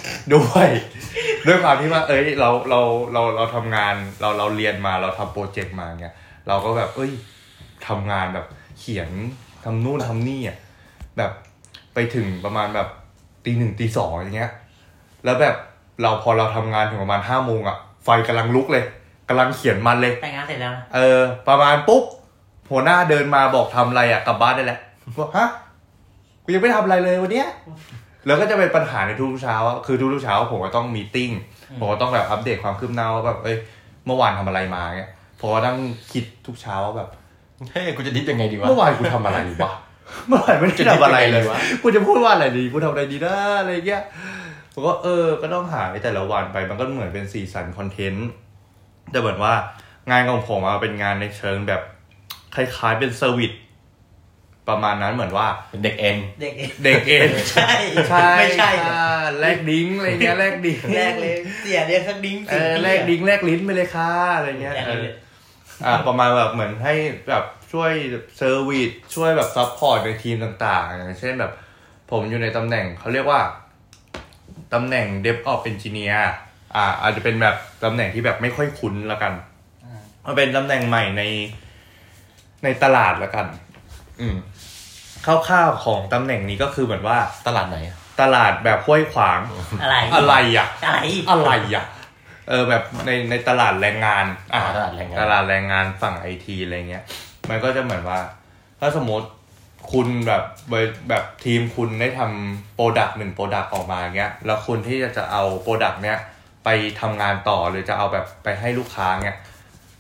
D: ด้วยความที่ว่าเราทำงานเราเรียนมาเราทำโปรเจกต์มาเงี้ยเราก็แบบทำงานแบบเขียนทำนู่นทำนี่อ่ะแบบไปถึงประมาณแบบ 1:00 น 2:00 นอย่างเงี้ยแล้วแบบพอเราทำงานถึงประมาณ 5:00 นอ่ะไฟกำลังลุกเลยกำลังเขียนมันเลย
C: แต่งงานเสร็จแล้ว
D: ประมาณปุ๊บหัวหน้าเดินมาบอกทำอะไรอ่ะกลับบ้านได้แล้วบอกฮะกูยังไม่ทำอะไรเลยวันเนี้ยแล้วก็จะเป็นปัญหาในทุกเช้าคือทุกเช้าผมก็ต้องมีติ้งผมก็ต้องแบบอัปเดตความคืบหน้าว่าแบบเมื่อวานทำอะไรมาเงี้ยผมก็ต้องคิดทุกเช้าว่าแบบ
A: เฮ้ยกูจะดิสยังไงดีวะ
D: เมื่อวานกูทำอะไรวะเมื่อวานไม่ได้ทำอะไรเลยวะกูจะพูดว่าอะไรดีกูทำอะไรดีนะอะไรเงี้ยผมก็ก็ต้องหาแต่ละวันไปมันก็เหมือนเป็นสีสันคอนเทนต์แต่เหมือนว่างานของผมเป็นงานในเชิงแบบคล้ายๆเป็นเซอร์วิสประมาณนั้นเหมือนว่า
A: เป็นเด็กเอ็น
C: ใช่ไม่ใช่
D: แลกดิ้งอะไรเงี้ยแลกดิ้ง
C: แลกเลยเสียเรียกสักดิ้ง
D: แลกดิ้งแลกลิ้นไปเลยค่ะอะไรเงี้ยประมาณแบบเหมือนให้แบบช่วยเซอร์วิสช่วยแบบซัพพอร์ตในทีมต่างๆอย่างเช่นแบบผมอยู่ในตำแหน่งเขาเรียกว่าตำแหน่ง DevOps Engineerอาจจะเป็นแบบตำแหน่งที่แบบไม่ค่อยคุ้นละกันมันเป็นตำแหน่งใหม่ในตลาดละกันคร่าวๆของตำแหน่งนี้ก็คือเหมือนว่า
A: ตลาดไหน
D: ตลาดแบบห้วยขวางอะไรอ่ะแบบในตลาดแรงงานตลาดแรงงานฝั่ง IT อะไรเงี้ยมันก็จะเหมือนว่าถ้าสมมติคุณแบบทีมคุณได้ทำโปรดักต์1โปรดักต์ออกมาเงี้ยแล้วคุณที่จะเอาโปรดักต์เนี้ยไปทำงานต่อหรือจะเอาแบบไปให้ลูกค้าเงี้ย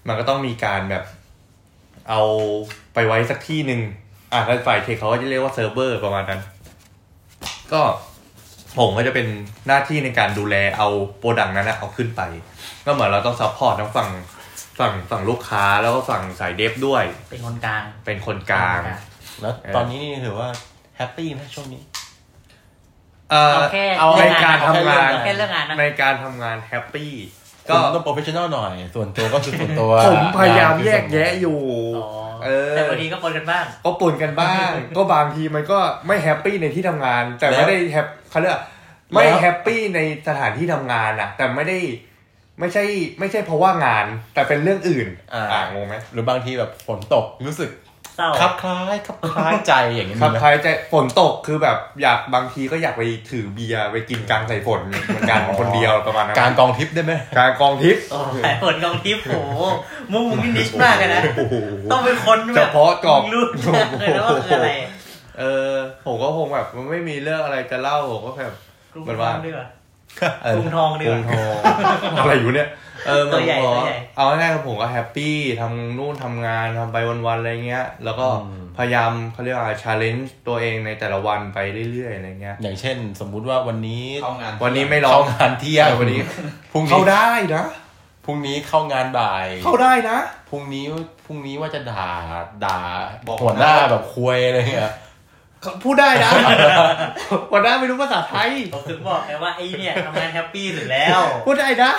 D: มันก็ต้องมีการแบบเอาไปไว้สักที่นึงถ้าฝ่ายเทคเขาก็จะเรียกว่าเซิร์ฟเวอร์ประมาณนั้นก็ผมก็จะเป็นหน้าที่ในการดูแลเอาโปรดักต์นั้นเอาขึ้นไปก็เหมือนเราต้องซัพพอร์ตทั้งฝั่งลูกค้าแล้วก็ฝั่งสายเดฟด้วย
C: เป็นคนกลาง
A: แล้วตอนนี้นี่ถือว่าแฮปปี้ไหมช่วงนี้
C: เอา
D: ในการทำงาน
C: แค่เรื่องงานนะ
D: ในการทำงานแฮปปี้
A: ก็ต้องโปรเฟชชั่นอลหน่อยส่วนตัวก็คือส่วนตัว
D: ผมพยายามแยกแยะอยู่
C: แต่บางทีก็ปนกันบ้าง
D: ก็บางทีมันก็ไม่แฮปปี้ในที่ทำงานแต่ไม่ได้เขาเรียกไม่แฮปปี้ในสถานที่ทำงานอะแต่ไม่ใช่เพราะว่างานแต่เป็นเรื่องอื่นงงไหม
A: หรือบางทีแบบฝนตกรู้สึกคับคล้ายใจอย่างนี้
D: คับคล้ายใจฝนตกคือแบบบางทีก็อยากไปถือเบียร์ไปกินกลางสายฝนเหมือนกันคนเดียวประมาณนั้น
A: การกองทิพย์ได้ไหม
D: การกองทิพย์
C: สายฝนกองทิพย์โหมุ้งนี่นิชมากเลยนะต้องเป็นคน
D: เฉพาะจอบ
C: รู้เลยว่าคืออะไร
D: ผมก็คงแบบมันไม่มีเรื่องอะไรจะเล่าผมก็แบบ
C: เหมือนว่ากุ้งทองดีกว่า
D: อะไรอยู่เนี่ย
C: ตัวใหญ่
D: เอาง่ายๆผมก็แฮปปี้ทำนู่นทำงานทำไปวันๆอะไรเงี้ยแล้วก็พยายามเขาเรียกว่า challenge ตัวเองในแต่ละวันไปเรื่อยๆอะไรเงี้ย
A: อย่างเช่นสมมุติว่าวันนี้
D: ไม่ร้อง
A: งานเที่ยงวันนี้
D: พรุ่งนี้เข้าได้นะ
A: พรุ่งนี้เข้างานบ่าย
D: เข้าได้นะ
A: พรุ่งนี้ว่าจะด่าหัวหน้าแบบคุยอะไรเงี้ย
D: พูดได้นะวันนั้นไม่รู้ภาษาไทย
C: ผมถึงบอกไงว่าไอ้เนี่ยทำงานแฮปปี้สุดแล้ว
D: พูดได้นะ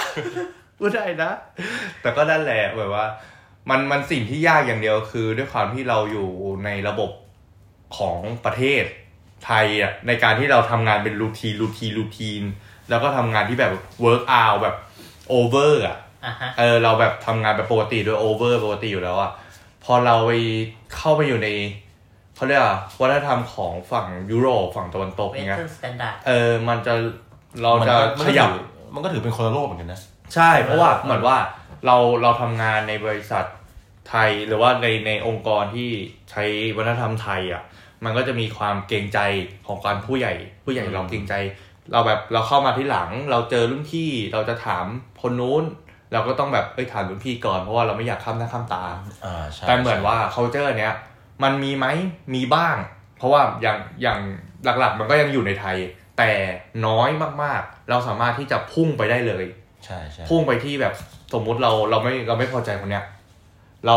D: แต่ก็นั่นแหละแบบว่ามันสิ่งที่ยากอย่างเดียวคือด้วยความที่เราอยู่ในระบบของประเทศไทยอ่ะในการที่เราทำงานเป็นรูทีนแล้วก็ทำงานที่แบบ work out แบบ over อ่ะเราแบบทำงานแบบปกติโดย over ปกติอยู่แล้วอ่ะพอเราไปเข้าไปอยู่ในเขาเรียกวัฒนธรรมของฝั่งยุโรปฝั่งตะวันตกอย่างเงี้ยเราจะขยับ
A: มันก็ถือเป็นคนละโลกเหมือนกันนะ
D: ใช่เพราะว่าเหมือนว่าเราทำงานในบริษัทไทยหรือว่าในองค์กรที่ใช้วัฒนธรรมไทยอ่ะมันก็จะมีความเกรงใจของการผู้ใหญ่เราเกรงใจเราแบบเราเข้ามาที่หลังเราเจอรุ่นพี่เราจะถามคนนู้นเราก็ต้องแบบถามรุ่นพี่ก่อนเพราะว่าเราไม่อยากข้ามหน้าข้ามตาแต่เหมือนว่า culture เนี้ยมันมีไหมมีบ้างเพราะว่าอย่างหลักๆมันก็ยังอยู่ในไทยแต่น้อยมากๆเราสามารถที่จะพุ่งไปได้เลย
A: ใช่
D: พุ่งไปที่แบบสมมุติเราไม่พอใจคนเนี้ยเรา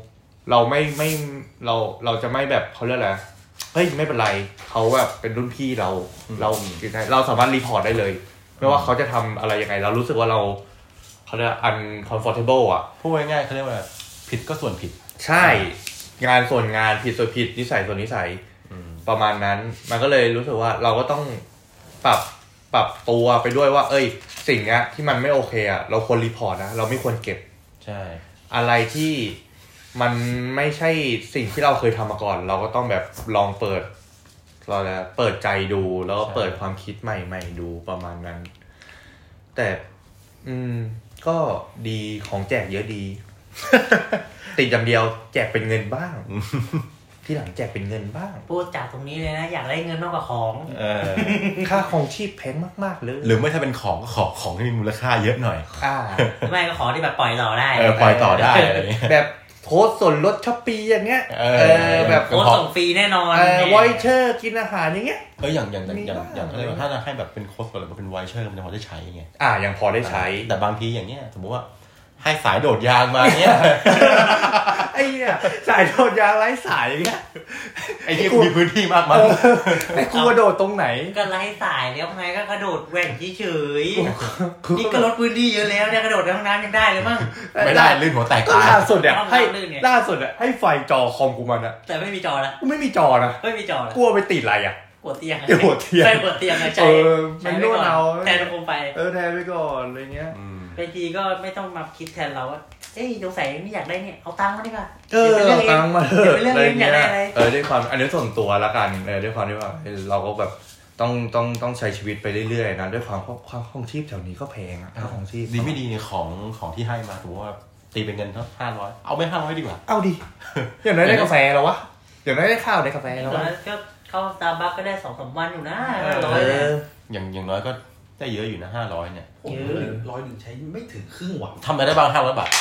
D: จะไม่แบบเขาเรียกอะไรไม่เป็นไรเขาแบบเป็นรุ่นพี่เราสามารถรีพอร์ตได้เลยไม่ว่าเขาจะทำอะไรยังไงเรารู้สึกว่าเขาเรียกuncomfortable อ่ะ
A: พูดง่ายๆเขาเรียกว่าผิดก็ส่วนผิด
D: ใช่งานส่วนงานผิดส่วนผิดนิสัยส่วนนิสัยประมาณนั้นมันก็เลยรู้สึกว่าเราก็ต้องปรับตัวไปด้วยว่าสิ่งเนี้ยที่มันไม่โอเคอ่ะเราควรรีพอร์ตนะเราไม่ควรเก็บ
A: ใช่
D: อะไรที่มันไม่ใช่สิ่งที่เราเคยทำมาก่อนเราก็ต้องแบบลองเปิดใจดูแล้วก็เปิดความคิดใหม่ๆดูประมาณนั้นแต่ก็ดีของแจกเยอะดี ติดอย่างเดียวแจกเป็นเงินบ้างที่หลังแจกเป็นเงินบ้าง
C: พูดจากตรงนี้เลยนะอยากได้เงินมากกว่าของ
D: ค่าของชีพแพงมากๆเลย
A: หรือไม่ถ้าเป็นของก็ของที่มีมูลค่าเยอะหน่อย
C: ไม่ก็ของที่แบบปล่อยต่อได้
A: ปล่อยต่อได้อะไร
D: แบบโค้ดส่วนลดช้อปปี้อย่างเงี้ยแบบ
C: โค้ดส่งฟรีแน่นอน
D: ไวเชอร์กินอาหารอย่างเงี้ย
A: อย่างอะไรถ้าให้แบบเป็นโค้ดส่วนลดเป็นไวเชอร์มันพอได้ใช้ไง
D: ยังพอได้ใช้
A: แต่บางทีอย่างเงี้ยสมมติว่าให้สายโดดยางมาเนี้ย
D: ไอ้เนี่ยสายโดดยางไร้สายอย่างเงี้ย
A: ไอ้ที่มีพื้นที่มากมั้ย
D: ไอ้กูกระโดดตรงไหน
C: ก็ไร้สายแล้วไงก็กระโดดแหว่งเฉยๆนี่ก็ลดพื้นที่เยอะแล้วเนี่ยกระโดดในห้องน้ำยังได้เลยมั้ง
A: ไม่ได้ลื่นหัวแตกตาย
D: ล่าสุดให้ไฟจอคอมกูมันอะ
C: แต่ไม่มีจอนะ
D: กูไม่มีจอนะ
C: ไม่มีจอ
D: กลัวไปติดอะไรอะ
C: ปวดเตียง
D: ปวดเตียง
C: ใช่
D: มันนู่นเอา
C: แทนลงไป
D: แทนไปก่อนอะไรเงี้ย
C: บางทีก็ไม่ต้องมาคิดแทนเราว่าสงสัยไม่อยากได้เนี่ยเอาตังค์มาดีกว่า
D: เอาตังค์มา
C: อะไรเงี้ย
D: ด้วยความอันนี้ส่วนตัวละกันด้วยความที่ว่าเราก็แบบต้องใช้ชีวิตไปเรื่อยๆนะด้วยความของชีพแถวนี้ก็แพงอ่ะของชีพ
A: ดีไม่ดีเนี่ยของที่ให้มาถือว่าตีเป็นเงินเท่า500เอาไม่500ดีกว่า
D: เอาดิอย่างน้อยได้กาแฟแล้ววะอย่างน้อยได้ข้าวได้กาแฟแล้ววะ
C: ก็เข้า Starbucks ก็ได้ 2-3 วันอยู่นะ
A: อย่างน้อยก็ได้เยอะอยู่นะ500เนี่ย
B: 100ใช้ไม่ถึงครึ่งวัน
A: ทำอะไรได้บ้าง500 บาท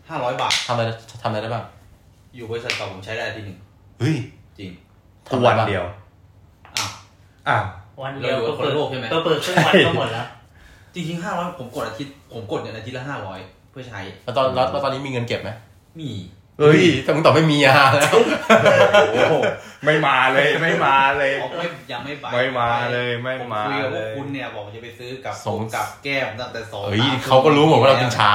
B: 500 บาท
A: ทำอะไรได้บ้าง
B: อยู่บริษัทเก่าผมใช้ได้อาทิตย์นึง
A: เฮ้ย
B: จริง
D: วันเดียว
C: วันเดียว
B: ก็คนละโลกใช่ไหม
C: เปิดครึ่งวันก็หมดแล้ว
B: จริงๆ500ผมกดเนี่ยอาทิตย์ละ500เพื่อใช้
A: แล้วตอนนี้มีเงินเก็บไหม
B: มี
A: เฮ้ยแต่มึงตอบไม่มีแล้ว
D: โอ้โหไม่มาเลย
B: ยังไม่
D: ไม่มาเลย
B: คุยกับพวกคุณเนี่ยบอกจะไปซื้อกับแก้มตั้งแต่2
A: เฮ้ยเขาก็รู้หมดว่าเรากินชา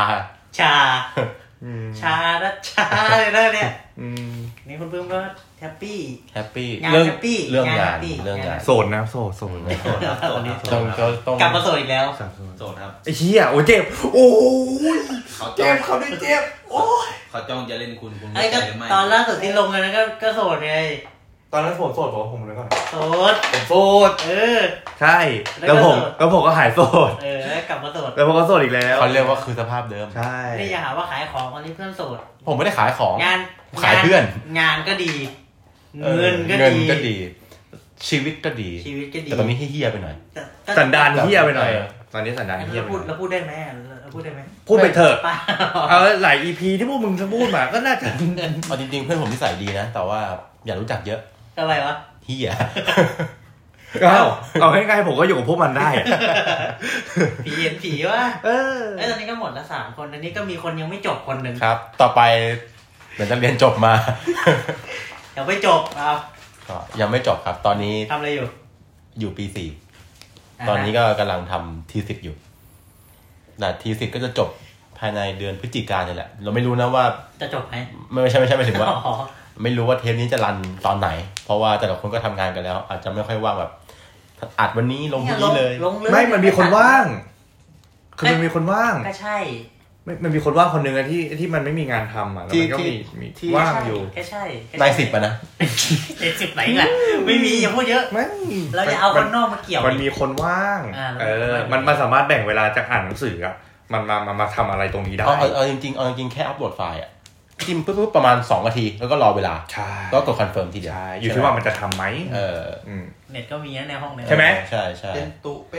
C: เลยนะเนี่ยนี่คุณเพิ่มก็แฮปปี้
A: เรื่องงาน
D: โสดนะโสด
C: กลับมาโสดอีกแล้ว
B: โสดครับ
D: ไอ้เหี้ยโอ้เจ็บโอ้ยเจ็บเขาได้เจ็บโอ้ย
B: เขาจ้องจะเล่นคุณ
C: ไอ้ก็ตอนล่าสุดที่ลงกันนั้นก็โสดไง
D: ตอนนั้นโสดบอกว่าผมเลยก่อน
C: ผมโสด
D: ใช่แล้วผมก็หายโสด
C: กลับมาโสด
D: แล้วผมก็โสดอีกแล้ว
A: เขาเรียกว่าคือสภาพเดิม
D: ใช่
C: นี่อย่าหาว่าขายของตอนนี้เพื่อนโสด
A: ผมไม่ได้ขายของ
C: งาน
A: ขายเพื่อน
C: งานก็ดีเงิน
A: ก็ดีชีวิตก็ดีแต่ตอนนี้เฮี้ยไปหน่อย
D: สันดานเฮี้ยไปหน่อยตอนนี้สันดานเฮี้ย
C: แล้วพูดได้ไหม
D: พูดไปเถอะเอาหลาย EP ที่พวกมึงจะพูดมาก็น่าจะ
A: เอาจริงๆเพื่อนผมนิสัยดีนะแต่ว่าอย่ารู้จักเยอะ
C: ทำไมวะ
A: เฮี้ย
D: ก็เอาง่ายๆผมก็อยู่กับพวกมันได้
C: ผีเห็นผีวะตอนนี้ก็หมดละ3คนอันนี้ก็มีคนยังไม่จบคนนึง
A: ครับต่อไปเหมือนจะเรียนจบมา
C: ยังไม่จบครับ
A: ก็ยังไม่จบครับตอนนี้
C: ทำอะไร
A: อยู่ปี4ตอนนี้ก็กำลังทำที10อยู่แต่ที10ก็จะจบภายในเดือนพฤศจิกายนนี่แหละเราไม่รู้นะว่า
C: จะจบไหม
A: ไม่ใช่ไม่ถึงว่าไม่รู้ว่าเทปนี้จะรันตอนไหนเพราะว่าแต่ละคนก็ทำงานกันแล้วอาจจะไม่ค่อยว่างแบบอัดวันนี้ลงวันนี้เลย
D: ไม่มันมีคนว่างคือมันมีคนว่าง
C: ก็ใช่
D: มันมีคนว่างคนนึงที่มันไม่มีงานทำแล้วมันก็มีว่างอยู่
C: แค่ใช่
A: ได้10ป่ะนะ
C: ได้10ไหนล่ะไม่มีอย่าพูดเยอะเราจะเอาคนนอกมาเกี่ยว
D: มันมีคนว่างมันสามารถแบ่งเวลาจากอ่านหนังสืออะมันมาทำอะไรตรงนี้ได้
A: เอาจริงแค่อัปโหลดไฟล์อะจิ้มปุ๊บประมาณ2 นาทีแล้วก็รอเวลาก็กดคอนเฟิร์มทีเดียว
D: อยู่ที่ว่ามันจะทำไหม
C: เน็ตก็มีในห้อง
D: ใช่ไหม
A: ใช่
B: เป็น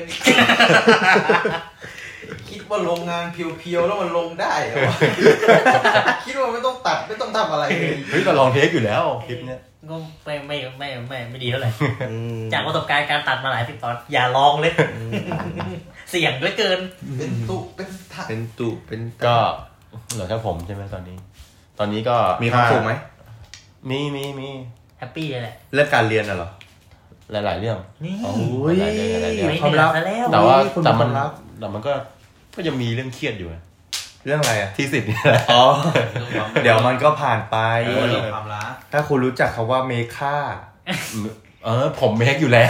B: คิดว่าโรงงานเพียวๆแล้วมันลงได้เหรอคิดว่าไม่ต้องตัดไม่ต้องทำอะไรเลย
A: เฮ้ยเราลองเทคอยู่แล้วคลิปเนี้ย
C: ก็ไม่ดีเท่าไหร่จากประสบการณ์การตัดมาหลาย10 ตอนอย่าลองเลยเสี่ยงเหลือเกิน
B: เป็นตุ
D: เป็น
A: ก็เหลือแค่ผมใช่ไหมตอนนี้ก็
D: มีความสุขไหม
A: มี
C: แฮปปี้เลยแหละ
D: เรื่องการเรียนน่ะเหรอ
A: หลายๆเรื่อง
C: นี่
D: ความลับ
A: แต่ว่ามันก็ยังมีเรื่องเครียดอยู่
D: เรื่องอะไรอ่ะ
A: ที่10นี่แหละ
D: อ๋อเดี๋ยวมันก็ผ่านไป
B: ความรัก
D: ถ้าคุณรู้จักคำว่าเมค่า
A: ผมเมคอยู่แล้ว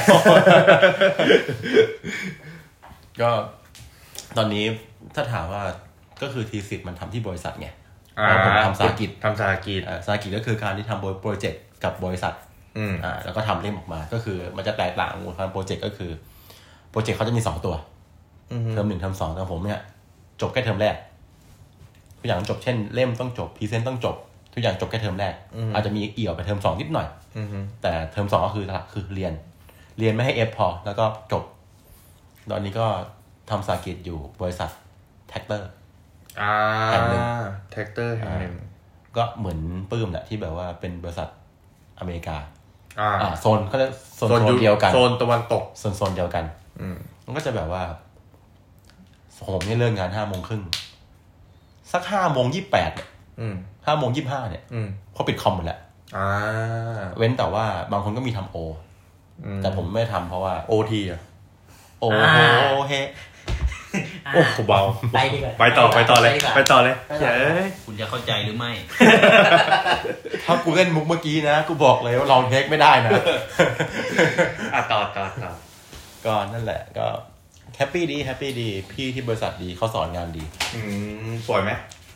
A: ก็ตอนนี้ถ้าถามว่าก็คือที10มันทำที่บริษัทไงผมทำสาหกิจสาหกิจก็คือการที่ทำโปรเจกต์กับบริษัทแล้วก็ทำเล่มออกมาก็คือมันจะแตกต่างทางโปรเจกต์ก็คือโปรเจกต์เขาจะมี2 ตัวเทอม1เทอม2แต่ผมเนี่ยจบแค่เทอมแรกทุกอย่างจบเช่นเล่มต้องจบพรีเซนต์ต้องจบทุกอย่างจบแค่เทอมแรกอาจจะมีเอี่ยวไปเทอม2นิดหน่อยแต่เทอม2ก็คือเรียนไม่ให้ F พอแล้วก็จบตอนนี้ก็ทำสาหกิจอยู่บริษัทแท็กเตอร์
D: แห่งหนึ่งแท็กเตอร์แห่งหนึ่ง
A: ก็เหมือนปื้มแหละที่แบบว่าเป็นบริษัทอเมริกาโซนเขาเรียกโซนเดียวกัน
D: โซนตะวันตก
A: โซนเดียวกันมันก็จะแบบว่าผมเนี่ยเลิกงาน 5:30 นสัก 5:28 เนี่ย5:25 เนี่ยเขาปิดคอมหมดแล้วเว้นแต่ว่าบางคนก็มีทำโอแต่ผมไม่ทำเพราะว่า
D: OT อ่ะ
A: โอ้เฮ
D: โอ้โหเบาไปต่อเลย
B: คุณจะเข้าใจหรือไม่
A: ถ้ากูเล่นมุกเมื่อกี้นะกูบอกเลยว่าลองเทคไม่ได้นะ
D: ต่อ
A: ก็นั่นแหละก็แฮปปี้ดีพี่ที่บริษัทดีเขาสอนงานดี
D: สวยไหม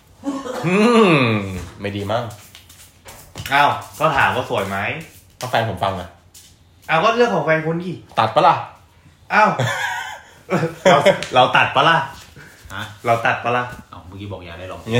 A: ไม่ดีมั้ง
D: อ้าวก็ถามว่าสวยไหม
A: ก็แฟนผมฟังอ่ะ
D: อ้าวก็เรื่องของแฟนคุณดิ
A: ตัดปะล่ะ
D: อ้าวเราตัดปะล่ะเราตัดปะล่ะ
B: เมื่อกี้บอกอย่าได้หรอก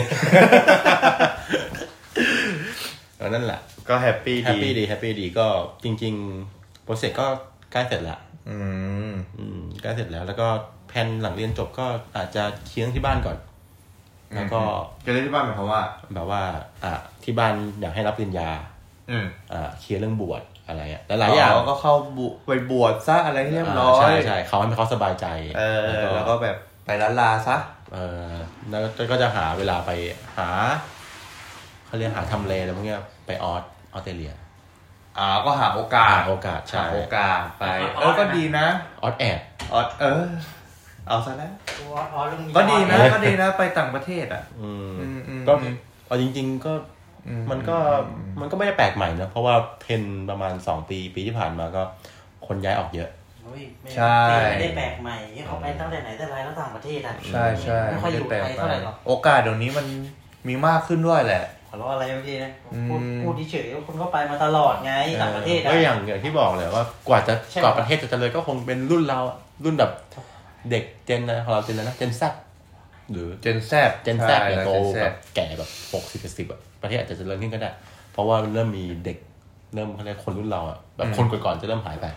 A: นั่นแหละ
D: ก็แฮปปี้
A: ดีก็จริงๆโปรเจกต์ก็ใกล้เสร็จแล้วใกล้เสร็จแล้วก็แผนหลังเรียนจบก็อาจจะเคียงที่บ้านก่อนแล้วก็
D: จะเล่นที่บ้านหมายความว่า
A: แบบว่าที่บ้านอยากให้รับปริญญาเคลียร์เรื่องบวชอะไรอ่ะหลายอย่าง
D: ก็เข้าไปบวชซะอะไรเรียบร้อย
A: ใช่เขาให้เขาสบายใจ
D: แล้วก็แบบไปลาซะ
A: แล้วก็จะหาเวลาไปหาเขาเรียกหาทำเลอะไรพวกเนี้ยไปออสเตรเลีย
D: ก็หาโอกาส
A: ใช่
D: โอกาสไปก็ดีนะ
A: ออสแอบ
D: เอาซะแล้วก็ดีนะไปต่างประเทศ
A: ก็เอาจริงๆก็มันก็ไม่ได้แปลกใหม่นะเพราะว่าเทรนประมาณ2 ปีที่ผ่านมาก็คนย้ายออกเยอะ
C: ใช่ไม่ได้แปลกใหม่เขาไปตั้งแต่ไหนแต่ไรแล้วต่างประเทศ
D: ใช่
C: ไม่ค่อยอยู่ไทยเท่าไหร่หรอก
D: โอกาสเดี๋ยวนี้มันมีมากขึ้นด้วยแหละ
C: ขอร้องอะไรเมื่อกี้นะพูดเฉยๆคนก็ไปมาตลอดไงต่างประเทศ
A: ก็อย่างที่บอกเลยว่ากว่าประเทศจะเจริญก็คงเป็นรุ่นเรารุ่นแบบเด็กเจนของเราเจนอะไรนะเจนแซดหรือ
D: เจนแซด
A: โตแบบแก่แบบ60-70ประเทศอาจจะเจริญขึ้นก็ได้เพราะว่าเริ่มมีเด็กเริ่มเขาเรียกคนรุ่นเราแบบคนก่อนๆจะเริ่มหายไป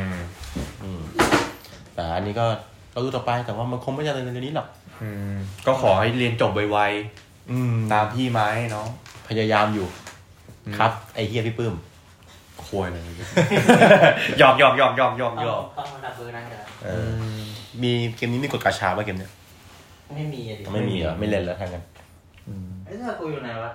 A: แต่อันนี้ก็เราดูต่อไปแต่ว่ามันคงไม่เจริญในนี้หรอก
D: ก็ขอให้เรียนจบไวๆตามพี่ไหมเนาะ
A: พยายามอยู่ครับไอ้เหี้ยพี่ปื้มควยเลย
D: หยอก
C: ต้องระดับเบอร์นั้นกัน
A: มีเกมนี้มีกดกาชาป่ะเกมเนี้ย
C: ไม่มีอ่ะดิ
A: ไม่มีเหรอไม่เล่นแล้วทั้งนั้น
C: ไอ้เธอกูอยู่ไหนวะ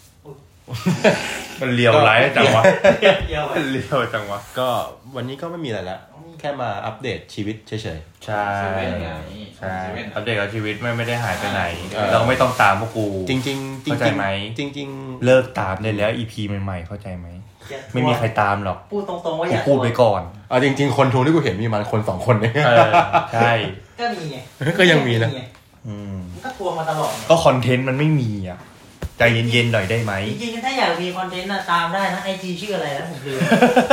D: มันเลียวไร้จังวะเลียวจังวะ
A: ก็วันนี้ก็ไม่มีอะไรแล้วแค่มาอัปเดตชีวิตเฉย
D: ๆใช่อัปเดตกับชีวิตไม่ได้หายไปไหนเราไม่ต้องตามพวกกู
A: จริงๆ
D: เข้าใจไหม
A: จริง
D: ๆเลิกตามได้แล้ว EP ใหม่ๆเข้าใจไหมไม่มีใครตามหรอก
C: พูดตรงๆว่าอยาก
D: พูดไปก่อน
A: จริงๆคนทูที่กูเห็นมีมันคน2 คนเนี่ย
D: ใช่
C: ก็มีไง
A: ก็ยังมีนะ
C: ก็ทวงมาตลอด
D: ก็คอนเทนต์มันไม่มีอ่ะใจเย็นๆหน่อยได้ไหม
C: จริงๆถ้าอยากมีคอนเทนต์ตามได้นะ IG ชื่ออะไรนะผมลืม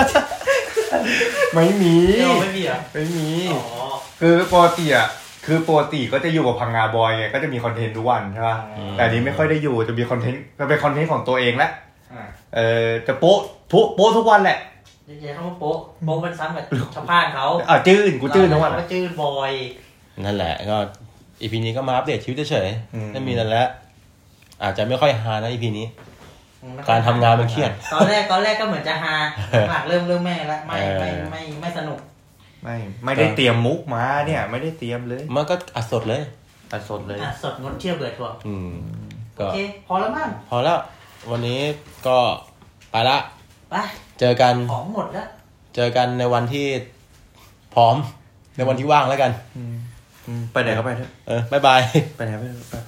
D: ไม่มี
C: ไม่มีเหรอ
D: ไม่มีคือปกติก็จะอยู่กับพังงาบอยไงก็จะมีคอนเทนต์ทุกวันใช่ป่ะแต่นี้ไม่ค่อยได้อยู่จะมีคอนเทนต์มันเป็นคอนเทนต์ของตัวเองแล้วจะโป๊ะทุกวันแหละ
C: อย่าเข้ามาโป๊ะมันซ้ำกับชาวบ้านเขา
D: จื้นทุกวัน
C: ก็จื้นบอย
A: นั่นแหละก็อีพีนี้ก็มาอัปเดตชีวิตเฉยๆไม่มีนั่นแหละอาจจะไม่ค่อยฮานะอีพีนี้การทำงานมันเครียด
C: ตอนแรกก็เหมือนจะฮาหลังเริ่มแม่แล้วไม่สนุก
D: ไม่ได้เตรียมมุกมาเนี่ยไม่ได้เตรียมเลย
A: มันก็อัดสดเลย
C: อัดสดงดเชื่อเบื่อถั่วโอเคพอแล้วมั้ง
A: พอแล้ววันนี้ก็ไปละ
C: ไป
A: เจอกัน
C: ของหมดแล้ว
A: เจอกันในวันที่พร้อมในวันที่ว่างแล้วกัน
D: ไปไหนก็ไปเถอะ
A: บ๊ายบาย
D: ไปไหนไป